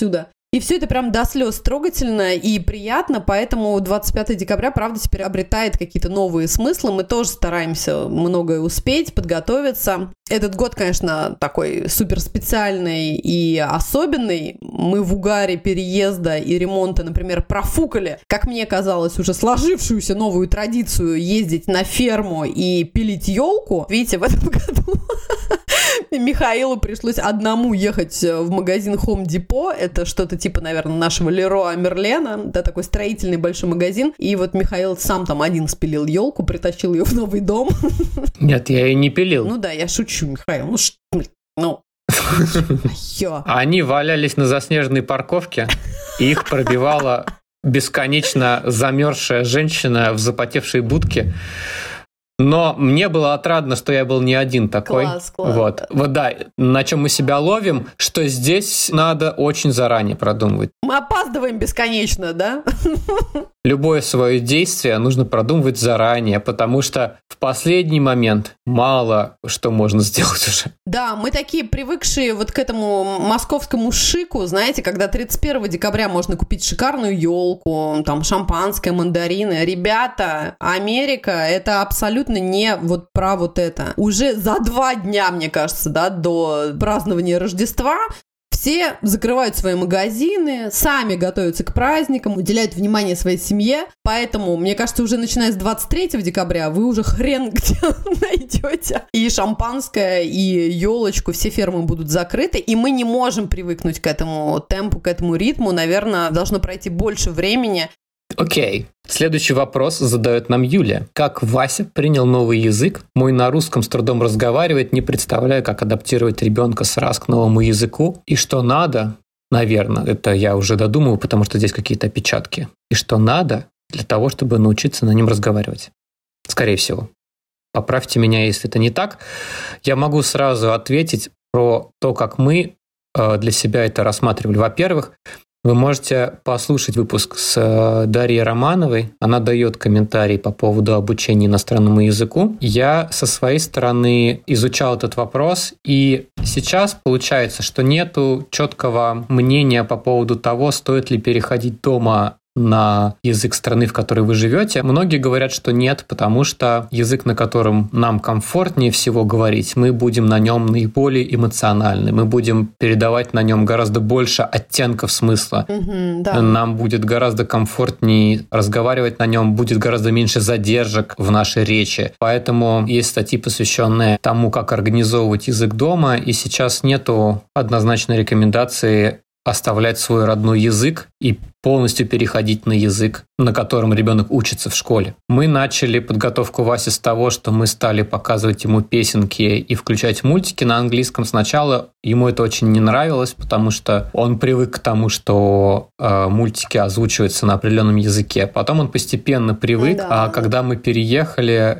И все это прям до слез трогательно и приятно, поэтому 25 декабря, правда, теперь обретает какие-то новые смыслы. Мы тоже стараемся многое успеть, подготовиться. Этот год, конечно, такой суперспециальный и особенный. Мы в угаре переезда и ремонта, например, профукали, как мне казалось, уже сложившуюся новую традицию ездить на ферму и пилить елку. Видите, в этом году Михаилу пришлось одному ехать в магазин Home Depot. Это что-то типа, наверное, нашего Леруа Мерлена. Да, такой строительный большой магазин. И вот Михаил сам там один спилил елку, притащил ее в новый дом. Нет, я ее не пилил. Ну да, я шучу, Михаил. Они валялись на заснеженной парковке, и их пробивала бесконечно замерзшая женщина в запотевшей будке. Но мне было отрадно, что я был не один такой. Класс. Вот да, на чем мы себя ловим, что здесь надо очень заранее продумывать. Мы опаздываем бесконечно, да? Любое свое действие нужно продумывать заранее, потому что в последний момент мало что можно сделать уже. Да, мы такие привыкшие вот к этому московскому шику, знаете, когда 31 декабря можно купить шикарную елку, там шампанское, мандарины. Ребята, Америка — это абсолютно не вот про вот это. Уже за 2 дня, мне кажется, да, до празднования Рождества все закрывают свои магазины, сами готовятся к праздникам, уделяют внимание своей семье. Поэтому, мне кажется, уже начиная с 23 декабря вы уже хрен где найдете. И шампанское, и елочку, все фермы будут закрыты. И мы не можем привыкнуть к этому темпу, к этому ритму. Наверное, должно пройти больше времени. Окей. Следующий вопрос задает нам Юлия. Как Вася принял новый язык? Мой на русском с трудом разговаривает, не представляю, как адаптировать ребенка с раз к новому языку. И что надо, наверное, это я уже додумываю, потому что здесь какие-то опечатки. И что надо для того, чтобы научиться на нем разговаривать? Скорее всего. Поправьте меня, если это не так. Я могу сразу ответить про то, как мы для себя это рассматривали. Во-первых, вы можете послушать выпуск с Дарьей Романовой. Она дает комментарий по поводу обучения иностранному языку. Я со своей стороны изучал этот вопрос, и сейчас получается, что нету четкого мнения по поводу того, стоит ли переходить дома на язык страны, в которой вы живете. Многие говорят, что нет, потому что язык, на котором нам комфортнее всего говорить, мы будем на нем наиболее эмоциональны, мы будем передавать на нем гораздо больше оттенков смысла. Да. Нам будет гораздо комфортнее разговаривать на нем, будет гораздо меньше задержек в нашей речи. Поэтому есть статьи, посвященные тому, как организовывать язык дома, и сейчас нету однозначной рекомендации оставлять свой родной язык и полностью переходить на язык, на котором ребенок учится в школе. Мы начали подготовку Васи с того, что мы стали показывать ему песенки и включать мультики на английском. Сначала ему это очень не нравилось, потому что он привык к тому, что мультики озвучиваются на определенном языке. Потом он постепенно привык, да. А когда мы переехали,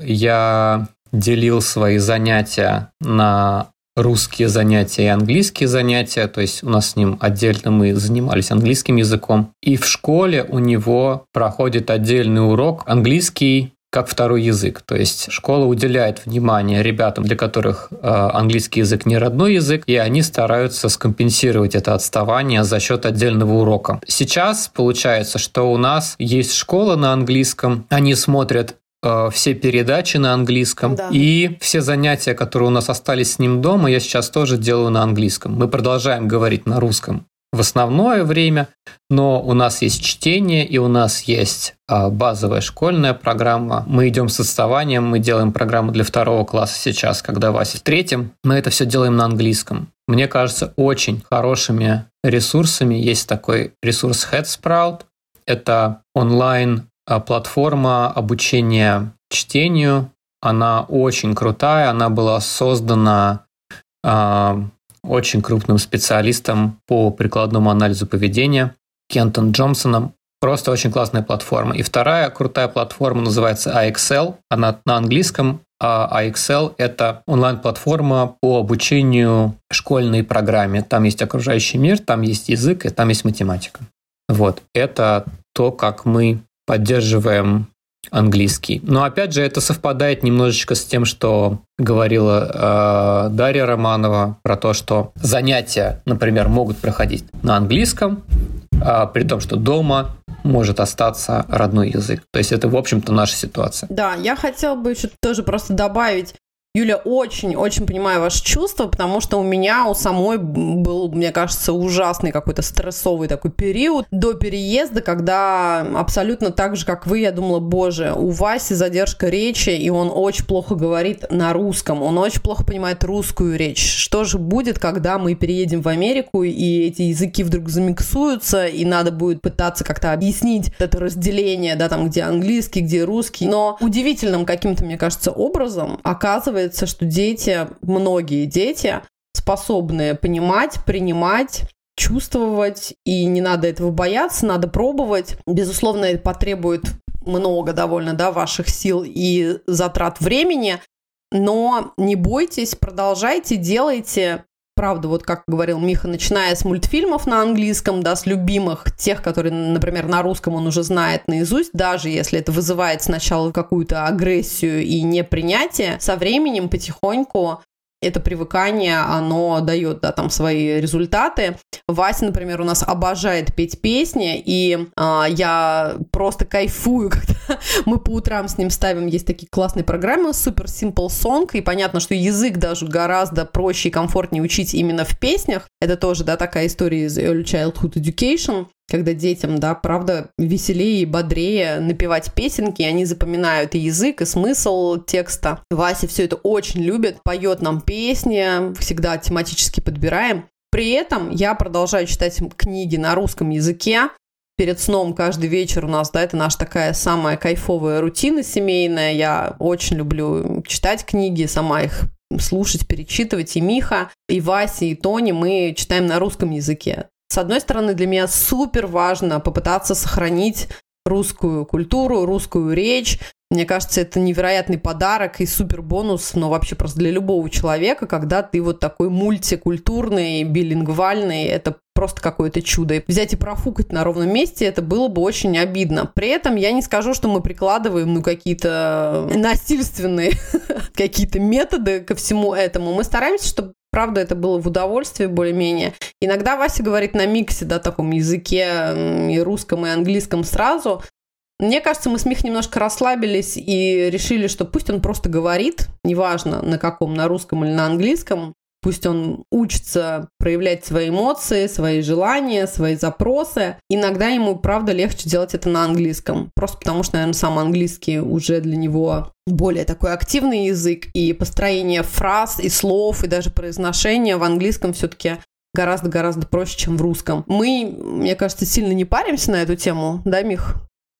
я делил свои занятия на русские занятия и английские занятия, то есть у нас с ним отдельно мы занимались английским языком. И в школе у него проходит отдельный урок английский как второй язык. То есть школа уделяет внимание ребятам, для которых английский язык не родной язык, и они стараются скомпенсировать это отставание за счет отдельного урока. Сейчас получается, что у нас есть школа на английском, они смотрят все передачи на английском, да. И все занятия, которые у нас остались с ним дома, я сейчас тоже делаю на английском. Мы продолжаем говорить на русском в основное время, но у нас есть чтение, и у нас есть базовая школьная программа. Мы идем с отставанием, мы делаем программу для 2 класса сейчас, когда Вася в 3. Мы это все делаем на английском. Мне кажется, очень хорошими ресурсами есть такой ресурс HeadSprout. Это онлайн платформа обучения чтению. Она очень крутая, она была создана очень крупным специалистом по прикладному анализу поведения Кентом Джонсоном. Просто очень классная платформа. И вторая крутая платформа называется iExcel. Она на английском, а iExcel — это онлайн-платформа по обучению школьной программе. Там есть окружающий мир, там есть язык и там есть математика. Вот. Это то, как мы поддерживаем английский. Но опять же, это совпадает немножечко с тем, что говорила Дарья Романова про то, что занятия, например, могут проходить на английском, при том, что дома может остаться родной язык. То есть это, в общем-то, наша ситуация. Да, я хотела бы еще тоже просто добавить, Юля, очень-очень понимаю ваши чувства, потому что у самой был, мне кажется, ужасный какой-то стрессовый такой период до переезда, когда абсолютно так же, как вы, я думала, боже, у Васи задержка речи, и он очень плохо говорит на русском, он очень плохо понимает русскую речь. Что же будет, когда мы переедем в Америку, и эти языки вдруг замиксуются, и надо будет пытаться как-то объяснить это разделение, да, там, где английский, где русский. Но удивительным каким-то, мне кажется, образом оказывается, что многие дети способны понимать, принимать, чувствовать, и не надо этого бояться, надо пробовать. Безусловно, это потребует много довольно, да, ваших сил и затрат времени, но не бойтесь, продолжайте, делайте. Правда, вот как говорил Миха, начиная с мультфильмов на английском, да, с любимых, тех, которые, например, на русском он уже знает наизусть, даже если это вызывает сначала какую-то агрессию и непринятие, со временем потихоньку это привыкание, оно дает, да, там свои результаты. Вася, например, у нас обожает петь песни, и я просто кайфую, когда мы по утрам с ним ставим, есть такие классные программы, Super Simple Song, и понятно, что язык даже гораздо проще и комфортнее учить именно в песнях. Это тоже, да, такая история из Early Childhood Education, когда детям, да, правда, веселее и бодрее напевать песенки, и они запоминают и язык, и смысл текста. Вася все это очень любит, поет нам песни, всегда тематически подбираем. При этом я продолжаю читать книги на русском языке. Перед сном каждый вечер у нас, да, это наша такая самая кайфовая рутина семейная. Я очень люблю читать книги, сама их слушать, перечитывать. И Миха, и Вася, и Тони мы читаем на русском языке. С одной стороны, для меня супер важно попытаться сохранить русскую культуру, русскую речь. Мне кажется, это невероятный подарок и супер бонус, но вообще просто для любого человека, когда ты вот такой мультикультурный, билингвальный, это просто какое-то чудо. И взять и профукать на ровном месте, это было бы очень обидно. При этом я не скажу, что мы прикладываем, какие-то насильственные какие-то методы ко всему этому. Мы стараемся, чтобы правда, это было в удовольствие более-менее. Иногда Вася говорит на миксе, да, таком языке и русском, и английском сразу. Мне кажется, мы с Мих немножко расслабились и решили, что пусть он просто говорит, неважно на каком, на русском или на английском, пусть он учится проявлять свои эмоции, свои желания, свои запросы. Иногда ему, правда, легче делать это на английском. Просто потому что, наверное, сам английский уже для него более такой активный язык, и построение фраз и слов, и даже произношение в английском все-таки гораздо-гораздо проще, чем в русском. Мы, мне кажется, сильно не паримся на эту тему, да, Мих?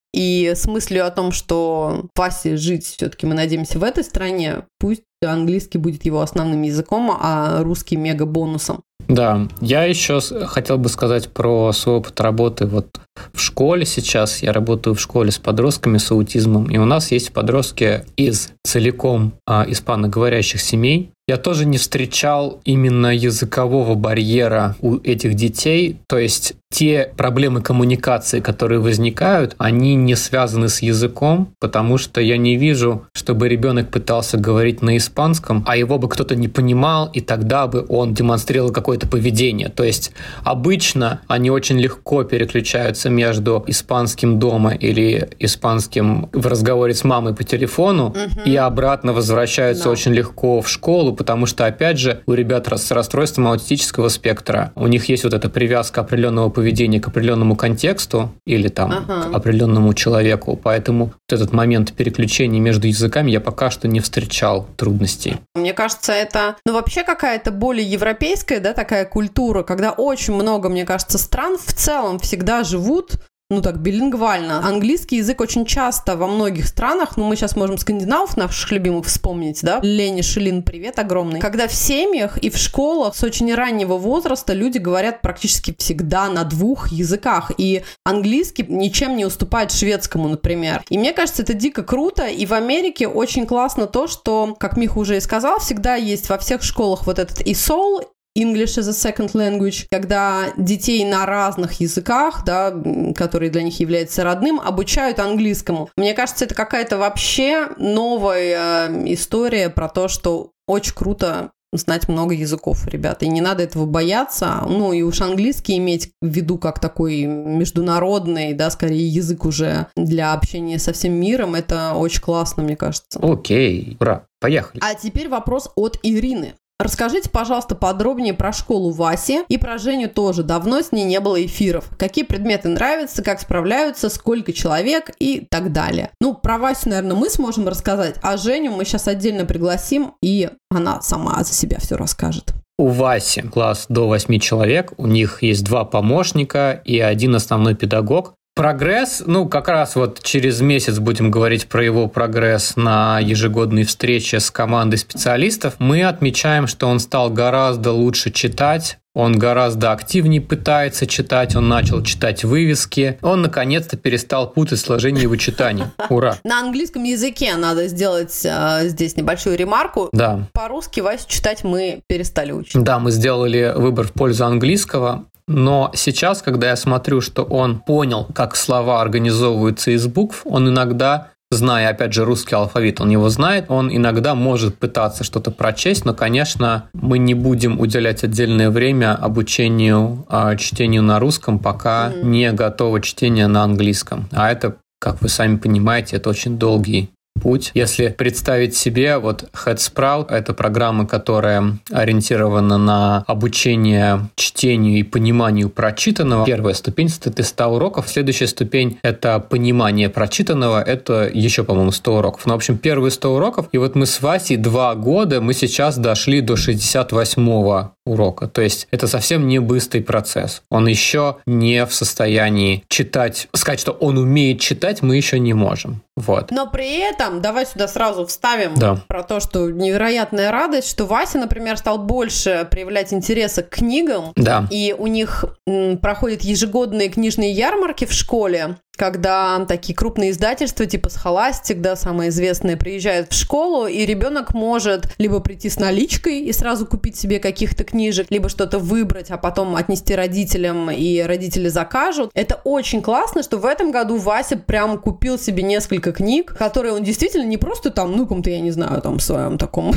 И с мыслью о том, что Васе жить все-таки мы надеемся в этой стране, пусть английский будет его основным языком, а русский мега бонусом. Да, я еще хотел бы сказать про свой опыт работы вот в школе сейчас. Я работаю в школе с подростками с аутизмом, и у нас есть подростки из целиком испаноговорящих семей. Я тоже не встречал именно языкового барьера у этих детей, то есть те проблемы коммуникации, которые возникают, они не связаны с языком, потому что я не вижу, чтобы ребенок пытался говорить на испанском, а его бы кто-то не понимал, и тогда бы он демонстрировал какое-то поведение. То есть обычно они очень легко переключаются между испанским дома или испанским в разговоре с мамой по телефону, и обратно возвращаются очень легко в школу, потому что, опять же, у ребят с расстройством аутистического спектра у них есть вот эта привязка определенного поведения к определенному контексту или там к определенному человеку, поэтому вот этот момент переключения между языками я пока что не встречал трудностей. Мне кажется, это, вообще какая-то более европейская, да, такая культура, когда очень много, мне кажется, стран в целом всегда живут так, билингвально. Английский язык очень часто во многих странах, мы сейчас можем скандинавов наших любимых вспомнить, да, Лене Шилин, привет огромный, когда в семьях и в школах с очень раннего возраста люди говорят практически всегда на 2 языках, и английский ничем не уступает шведскому, например. И мне кажется, это дико круто, и в Америке очень классно то, что, как Миха уже и сказал, всегда есть во всех школах вот этот ESOL, English as a second language, когда детей на разных языках, да, которые для них являются родным, обучают английскому. Мне кажется, это какая-то вообще новая история про то, что очень круто знать много языков, ребята. И не надо этого бояться. Ну, и уж английский иметь в виду как такой международный, да, скорее язык уже для общения со всем миром. Это очень классно, мне кажется. Окей, ура, поехали. А теперь вопрос от Ирины. Расскажите, пожалуйста, подробнее про школу Васи и про Женю тоже. Давно с ней не было эфиров. Какие предметы нравятся, как справляются, сколько человек и так далее. Ну, про Васю, наверное, мы сможем рассказать, а Женю мы сейчас отдельно пригласим, и она сама за себя все расскажет. У Васи класс до 8 человек, у них есть 2 помощника и 1 основной педагог. Прогресс, как раз вот через месяц будем говорить про его прогресс на ежегодной встрече с командой специалистов. Мы отмечаем, что он стал гораздо лучше читать, он гораздо активнее пытается читать, он начал читать вывески, он наконец-то перестал путать сложение и вычитание. Ура! На английском языке надо сделать здесь небольшую ремарку. Да. По-русски Васю читать мы перестали учить. Да, мы сделали выбор в пользу английского. Но сейчас, когда я смотрю, что он понял, как слова организовываются из букв, он иногда, зная, опять же, русский алфавит, он его знает, он иногда может пытаться что-то прочесть, но, конечно, мы не будем уделять отдельное время обучению чтению на русском, пока не готово чтение на английском. А это, как вы сами понимаете, это очень долгий путь. Если представить себе, вот HeadSprout — это программа, которая ориентирована на обучение чтению и пониманию прочитанного. Первая ступень состоит из 100 уроков, следующая ступень — это понимание прочитанного, это еще, по-моему, 100 уроков. Ну, в общем, первые 100 уроков, и вот мы с Васей 2 года, мы сейчас дошли до 68-го урока. То есть это совсем не быстрый процесс. Он еще не в состоянии читать. Сказать, что он умеет читать, мы еще не можем. Вот. Но при этом, давай сюда сразу вставим про то, что невероятная радость, что Вася, например, стал больше проявлять интереса к книгам. Да. И у них проходят ежегодные книжные ярмарки в школе, когда такие крупные издательства типа Scholastic, да, самые известные, приезжают в школу, и ребенок может либо прийти с наличкой и сразу купить себе каких-то книжек, либо что-то выбрать, а потом отнести родителям, и родители закажут. Это очень классно, что в этом году Вася прям купил себе несколько книг, которые он действительно не просто там, каком-то, я не знаю, там в своем таком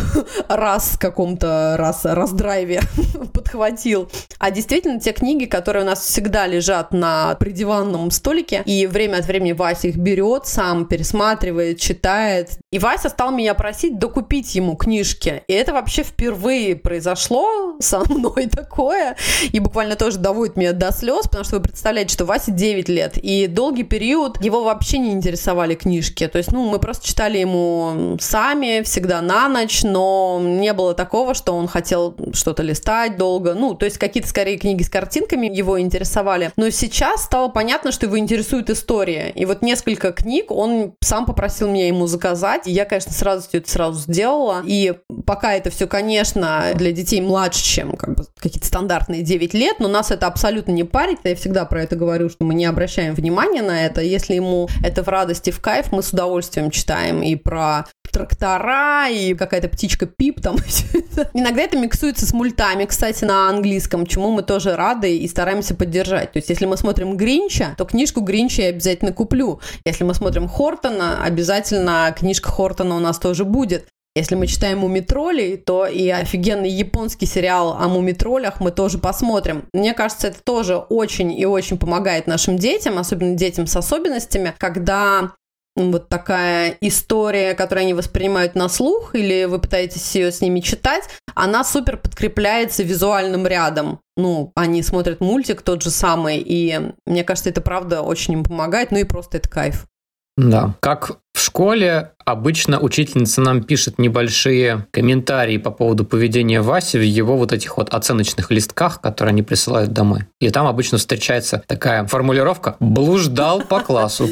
раздрайве подхватил, а действительно те книги, которые у нас всегда лежат на придиванном столике, и время от времени Вася их берет, сам пересматривает, читает. И Вася стал меня просить докупить ему книжки. И это вообще впервые произошло со мной такое. И буквально тоже доводит меня до слез, потому что вы представляете, что Васе 9 лет. И долгий период его вообще не интересовали книжки. То есть, мы просто читали ему сами, всегда на ночь, но не было такого, что он хотел что-то листать долго. То есть какие-то скорее книги с картинками его интересовали. Но сейчас стало понятно, что его интересует история. И вот несколько книг он сам попросил меня ему заказать. И я, конечно, с радостью это сразу сделала. И пока это все, конечно, для детей младше, чем какие-то стандартные 9 лет, но нас это абсолютно не парит. Я всегда про это говорю, что мы не обращаем внимания на это. Если ему это в радости, в кайф, мы с удовольствием читаем и про трактора, и какая-то птичка Пип там. Иногда это миксуется с мультами, кстати, на английском, чему мы тоже рады и стараемся поддержать. То есть, если мы смотрим Гринча, то книжку Гринча я обязательно куплю. Если мы смотрим Хортона, обязательно книжка Хортона у нас тоже будет. Если мы читаем «Мумитролей», то и офигенный японский сериал о мумитролях мы тоже посмотрим. Мне кажется, это тоже очень и очень помогает нашим детям, особенно детям с особенностями, когда вот такая история, которую они воспринимают на слух, или вы пытаетесь ее с ними читать, она супер подкрепляется визуальным рядом. Они смотрят мультик тот же самый, и мне кажется, это правда очень им помогает, и просто это кайф. Да. Как в школе обычно учительница нам пишет небольшие комментарии по поводу поведения Васи в его вот этих вот оценочных листках, которые они присылают домой. И там обычно встречается такая формулировка «блуждал по классу».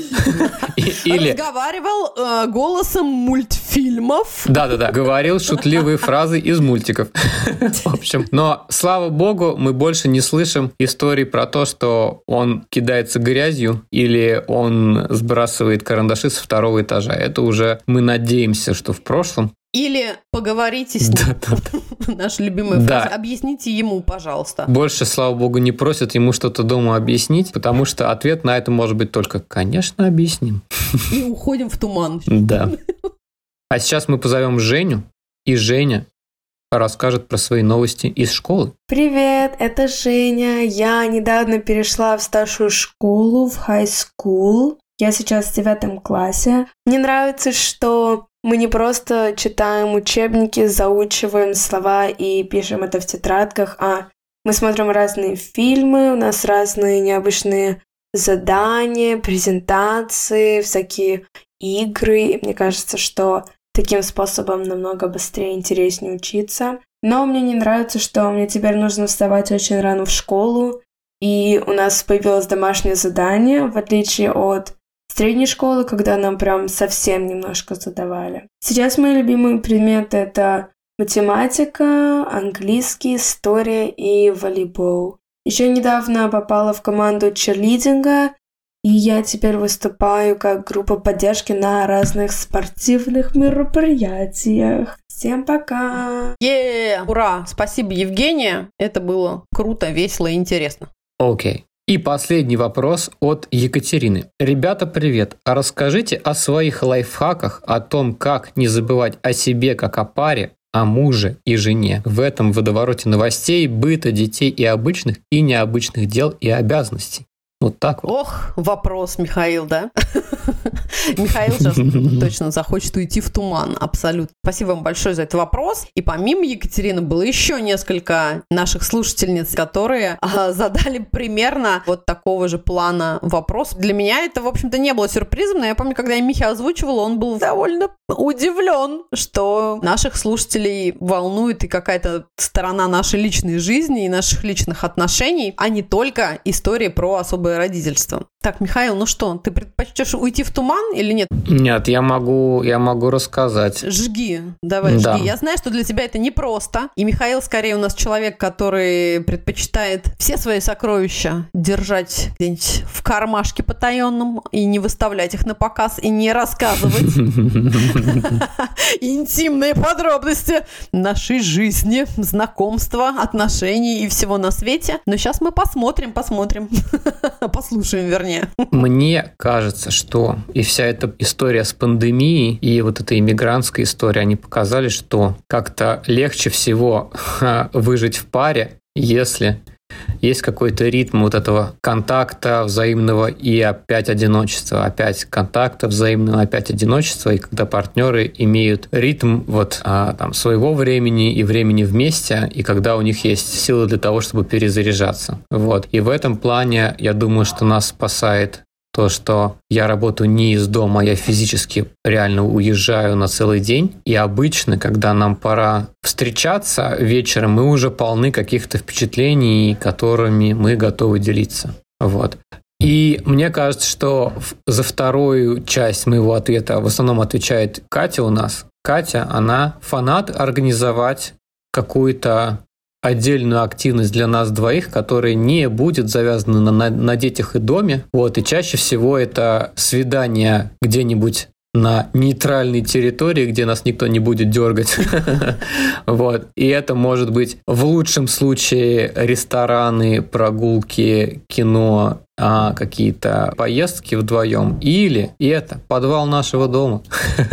Разговаривал голосом мультфильмов. Да-да-да, говорил шутливые фразы из мультиков. В общем, но, слава богу, мы больше не слышим историй про то, что он кидается грязью или он сбрасывает карандаши с 2-го этажа. Это уже мы надеемся, что в прошлом. Или поговорите с ним. Наша любимая фраза. Объясните ему, пожалуйста. Больше, слава богу, не просят ему что-то дома объяснить, потому что ответ на это может быть только «конечно, объясним». И уходим в туман. Да. А сейчас мы позовем Женю, и Женя расскажет про свои новости из школы. Привет, это Женя. Я недавно перешла в старшую школу, в high school. Я сейчас в 9 классе. Мне нравится, что мы не просто читаем учебники, заучиваем слова и пишем это в тетрадках, а мы смотрим разные фильмы, у нас разные необычные задания, презентации, всякие игры. И мне кажется, что таким способом намного быстрее и интереснее учиться. Но мне не нравится, что мне теперь нужно вставать очень рано в школу, и у нас появилось домашнее задание, в отличие от средней школы, когда нам прям совсем немножко задавали. Сейчас мои любимые предметы — это математика, английский, история и волейбол. Еще недавно попала в команду черлидинга, и я теперь выступаю как группа поддержки на разных спортивных мероприятиях. Всем пока! Ура! Спасибо, Евгения. Это было круто, весело и интересно. Окей. И последний вопрос от Екатерины. Ребята, привет. А расскажите о своих лайфхаках, о том, как не забывать о себе как о паре, о муже и жене в этом водовороте новостей, быта, детей и обычных, и необычных дел и обязанностей. Вот так вот. Ох, вопрос, Михаил, да? Михаил сейчас точно захочет уйти в туман, абсолютно. Спасибо вам большое за этот вопрос. И помимо Екатерины было еще несколько наших слушательниц, которые задали примерно вот такого же плана вопрос. Для меня это, в общем-то, не было сюрпризом, но я помню, когда я Михе озвучивала, он был довольно удивлен, что наших слушателей волнует и какая-то сторона нашей личной жизни и наших личных отношений, а не только история про особое родительство. Так, Михаил, ну что, ты предпочтешь уйти в туман или нет? Нет, я могу рассказать. Жги, давай, да. жги. Я знаю, что для тебя это непросто. И Михаил скорее у нас человек, который предпочитает все свои сокровища держать где-нибудь в кармашке потаенном и не выставлять их на показ, и не рассказывать интимные подробности нашей жизни, знакомства, отношений и всего на свете. Но сейчас мы посмотрим. Послушаем, вернее. Мне кажется, что и вся эта история с пандемией, и вот эта иммигрантская история, они показали, что как-то легче всего выжить в паре, если есть какой-то ритм вот этого контакта взаимного и опять одиночества, опять контакта взаимного, опять одиночества, и когда партнеры имеют ритм там своего времени и времени вместе, и когда у них есть силы для того, чтобы перезаряжаться. Вот. И в этом плане, я думаю, что нас спасает то, что я работаю не из дома, я физически реально уезжаю на целый день. И обычно, когда нам пора встречаться вечером, мы уже полны каких-то впечатлений, которыми мы готовы делиться. Вот. И мне кажется, что за вторую часть моего ответа в основном отвечает Катя у нас. Катя, она фанат организовать какую-то отдельную активность для нас двоих, которая не будет завязана на детях и доме. Вот, и чаще всего это свидание где-нибудь на нейтральной территории, где нас никто не будет дергать. Вот. И это может быть в лучшем случае рестораны, прогулки, кино, какие-то поездки вдвоем. Или это подвал нашего дома.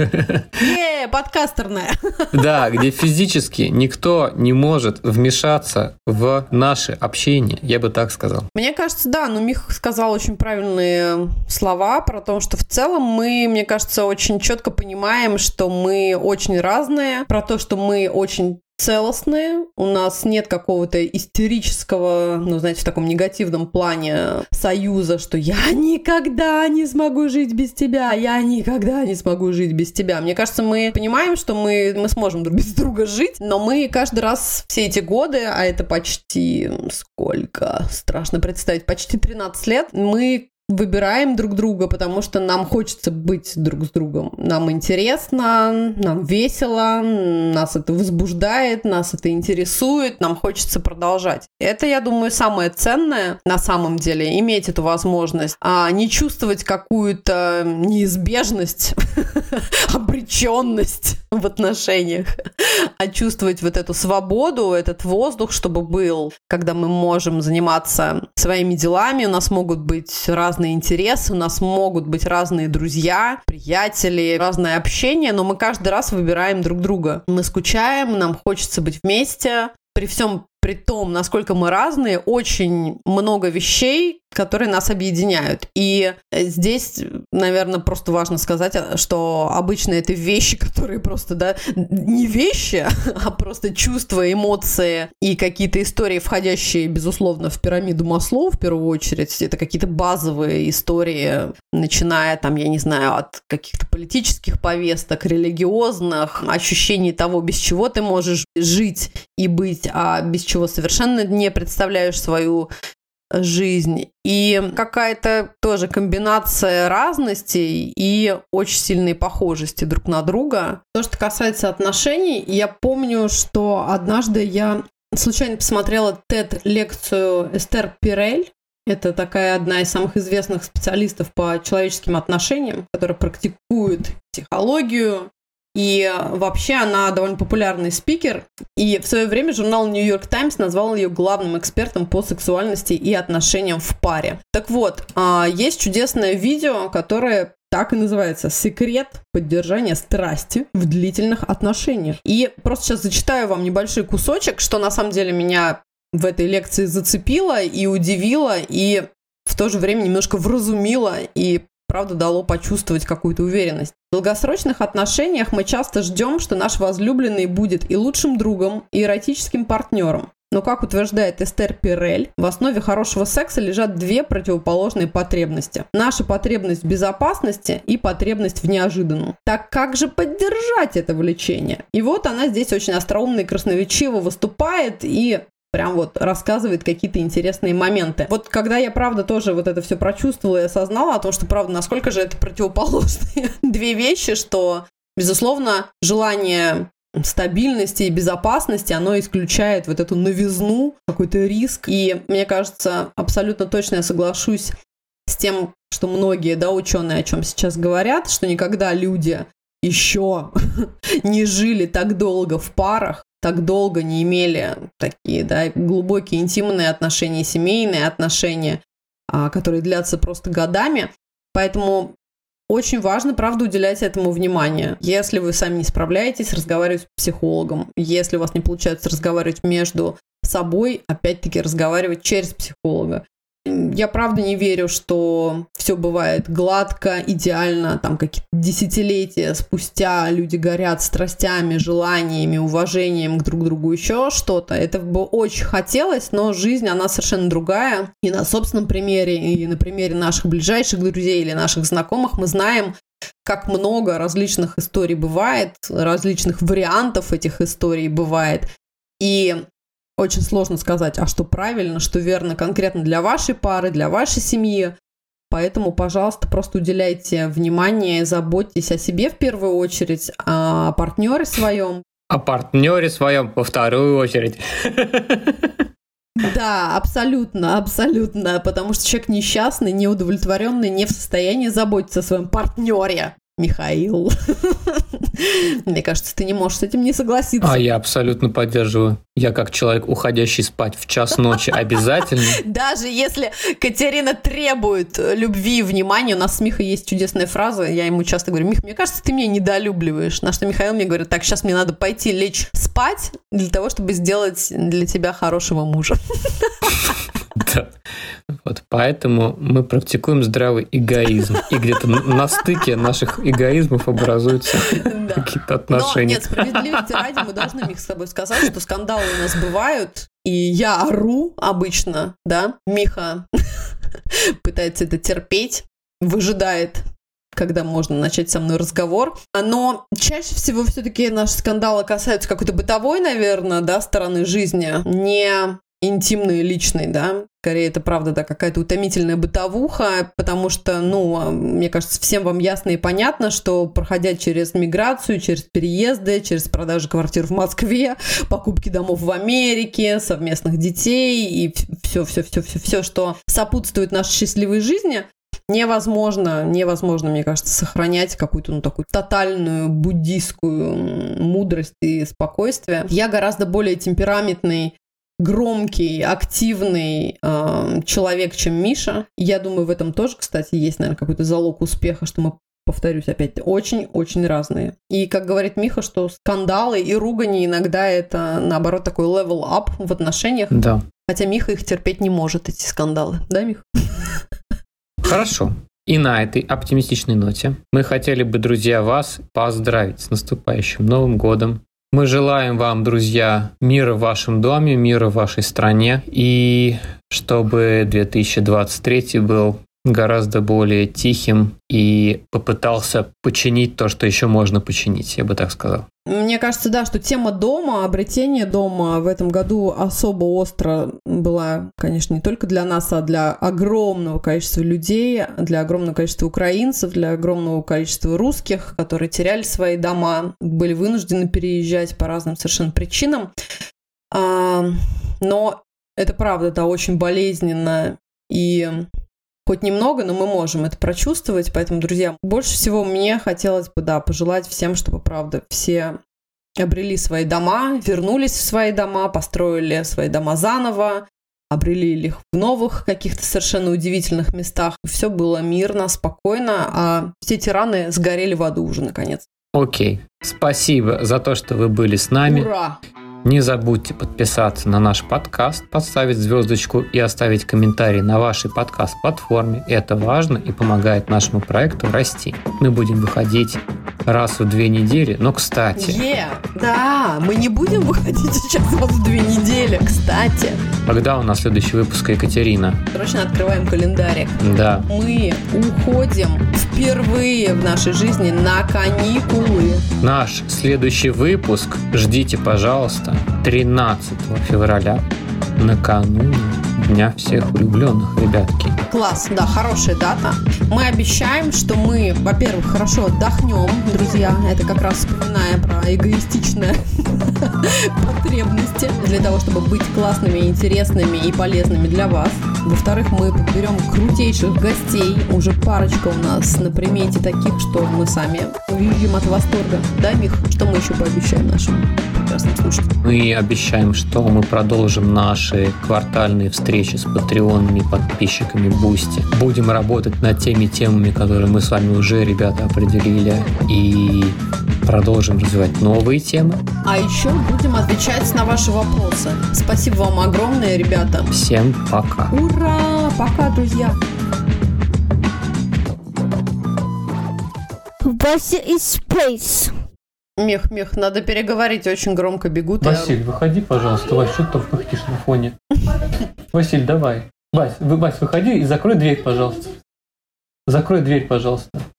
Подкастерная. Да, где физически никто не может вмешаться в наше общение, я бы так сказал. Мне кажется, да, но Мих сказал очень правильные слова про то, что в целом мы, мне кажется, очень четко понимаем, что мы очень разные, про то, что мы очень целостные, у нас нет какого-то истерического, знаете, в таком негативном плане союза, что я никогда не смогу жить без тебя, я никогда не смогу жить без тебя. Мне кажется, мы понимаем, что мы сможем друг без друга жить, но мы каждый раз все эти годы, а это почти сколько, страшно представить, почти 13 лет, мы выбираем друг друга, потому что нам хочется быть друг с другом. Нам интересно, нам весело, нас это возбуждает, нас это интересует, нам хочется продолжать. Это, я думаю, самое ценное на самом деле, иметь эту возможность, а не чувствовать какую-то неизбежность, обреченность в отношениях, а чувствовать вот эту свободу, этот воздух, чтобы был, когда мы можем заниматься своими делами, у нас могут быть разные разные интересы, у нас могут быть разные друзья, приятели, разное общение, но мы каждый раз выбираем друг друга. Мы скучаем, нам хочется быть вместе. При том, насколько мы разные, очень много вещей, которые нас объединяют. И здесь, наверное, просто важно сказать, что обычно это вещи, которые просто, да, не вещи, а просто чувства, эмоции и какие-то истории, входящие, безусловно, в пирамиду Маслоу, в первую очередь. Это какие-то базовые истории, начиная, там, я не знаю, от каких-то политических повесток, религиозных, ощущений того, без чего ты можешь жить и быть, а без чего совершенно не представляешь свою жизнь. И какая-то тоже комбинация разностей и очень сильной похожести друг на друга. То, что касается отношений, я помню, что однажды я случайно посмотрела TED-лекцию Эстер Перель. Это такая одна из самых известных специалистов по человеческим отношениям, которая практикует психологию. И вообще она довольно популярный спикер. И в свое время журнал New York Times назвал ее главным экспертом по сексуальности и отношениям в паре. Так вот, есть чудесное видео, которое так и называется «Секрет поддержания страсти в длительных отношениях». И просто сейчас зачитаю вам небольшой кусочек, что на самом деле меня в этой лекции зацепило и удивило, и в то же время немножко вразумило и правда дало почувствовать какую-то уверенность. В долгосрочных отношениях мы часто ждем, что наш возлюбленный будет и лучшим другом, и эротическим партнером. Но, как утверждает Эстер Перель, в основе хорошего секса лежат две противоположные потребности. Наша потребность в безопасности и потребность в неожиданном. Так как же поддержать это влечение? И вот она здесь очень остроумно и красноречиво выступает и прям вот рассказывает какие-то интересные моменты. Вот когда я, правда, тоже вот это все прочувствовала и осознала о том, что, правда, насколько же это противоположные две вещи, что, безусловно, желание стабильности и безопасности, оно исключает вот эту новизну, какой-то риск. И мне кажется, абсолютно точно я соглашусь с тем, что многие, да, ученые о чем сейчас говорят, что никогда люди еще не жили так долго в парах, так долго не имели такие, да, глубокие интимные отношения, семейные отношения, которые длятся просто годами. Поэтому очень важно, правда, уделять этому внимание. Если вы сами не справляетесь, разговаривать с психологом. Если у вас не получается разговаривать между собой, опять-таки разговаривать через психолога. Я правда не верю, что все бывает гладко, идеально, там какие-то десятилетия спустя люди горят страстями, желаниями, уважением к друг другу, еще что-то. Это бы очень хотелось, но жизнь, она совершенно другая. И на собственном примере, и на примере наших ближайших друзей или наших знакомых мы знаем, как много различных историй бывает, различных вариантов этих историй бывает. И очень сложно сказать, а что правильно, что верно конкретно для вашей пары, для вашей семьи. Поэтому, пожалуйста, просто уделяйте внимание, заботьтесь о себе в первую очередь, о партнере своем. О партнере своем во вторую очередь. Да, абсолютно, абсолютно. Потому что человек несчастный, неудовлетворенный, не в состоянии заботиться о своем партнере. Михаил. Мне кажется, ты не можешь с этим не согласиться. А я абсолютно поддерживаю. Я как человек, уходящий спать в час ночи, обязательно. Даже если Катерина требует любви и внимания, у нас с Михой есть чудесная фраза, я ему часто говорю: Мих, мне кажется, ты меня недолюбливаешь. На что Михаил мне говорит: так, сейчас мне надо пойти лечь спать для того, чтобы сделать для тебя хорошего мужа. Да. Вот, поэтому мы практикуем здравый эгоизм. И где-то на стыке наших эгоизмов образуются какие-то отношения. Но нет, справедливости ради мы должны, Мих, с тобой сказать, что скандалы у нас бывают, и я ору обычно, да, Миха пытается это терпеть, выжидает, когда можно начать со мной разговор. Но чаще всего все-таки наши скандалы касаются какой-то бытовой, наверное, да, стороны жизни, не интимной, личной, да. Скорее, это, правда, да, какая-то утомительная бытовуха, потому что, ну, мне кажется, всем вам ясно и понятно, что, проходя через миграцию, через переезды, через продажу квартир в Москве, покупки домов в Америке, совместных детей и все, что сопутствует нашей счастливой жизни, невозможно, мне кажется, сохранять какую-то, ну, такую тотальную буддийскую мудрость и спокойствие. Я гораздо более темпераментный громкий, активный человек, чем Миша. Я думаю, в этом тоже, кстати, есть, наверное, какой-то залог успеха, что мы, повторюсь опять, очень-очень разные. И, как говорит Миха, что скандалы и ругани иногда это, наоборот, такой level up в отношениях. Да. Хотя Миха их терпеть не может, эти скандалы. Да, Мих? Хорошо. И на этой оптимистичной ноте мы хотели бы, друзья, вас поздравить с наступающим Новым годом. Мы желаем вам, друзья, мира в вашем доме, мира в вашей стране, и чтобы 2023 был гораздо более тихим и попытался починить то, что еще можно починить, я бы так сказал. Мне кажется, да, что тема дома, обретение дома в этом году особо остро была, конечно, не только для нас, а для огромного количества людей, для огромного количества украинцев, для огромного количества русских, которые теряли свои дома, были вынуждены переезжать по разным совершенно причинам. Но это правда, да, очень болезненно и... Хоть немного, но мы можем это прочувствовать. Поэтому, друзья, больше всего мне хотелось бы, да, пожелать всем, чтобы, правда, все обрели свои дома, вернулись в свои дома, построили свои дома заново, обрели их в новых каких-то совершенно удивительных местах. Все было мирно, спокойно, а все тираны сгорели в аду уже, наконец. Окей. Спасибо за то, что вы были с нами. Ура! Не забудьте подписаться на наш подкаст, поставить звездочку и оставить комментарий на вашей подкаст-платформе. Это важно и помогает нашему проекту расти. Мы будем выходить раз в 2 недели, но, кстати... Да, мы не будем выходить сейчас раз в 2 недели, кстати. Когда у нас следующий выпуск, Екатерина? Срочно открываем календарик. Да. Мы уходим впервые в нашей жизни на каникулы. Наш следующий выпуск, ждите, пожалуйста, 13 февраля, накануне Дня всех влюбленных, ребятки. Класс, да, хорошая дата. Мы обещаем, что мы, во-первых, хорошо отдохнем, друзья. Это как раз вспоминая про эгоистичные потребности для того, чтобы быть классными, интересными и полезными для вас. Во-вторых, мы подберем крутейших гостей. Уже парочка у нас на примете таких, что мы сами увидим от восторга. Да, Мих? Что мы еще пообещаем нашим прекрасным слушателям? Мы обещаем, что мы продолжим наши квартальные встречи с патреонами, подписчиками Boosty. Будем работать над теми темами, которые мы с вами уже, ребята, определили. И продолжим развивать новые темы. А еще будем отвечать на ваши вопросы. Спасибо вам огромное, ребята. Всем пока. Ура! Пока, друзья. Вася is space. Мех, надо переговорить, очень громко бегут. Василь, выходи, пожалуйста. Вась, что ты там пыхтишь на фоне? Василь, давай. Вась, выходи и закрой дверь, пожалуйста. Закрой дверь, пожалуйста.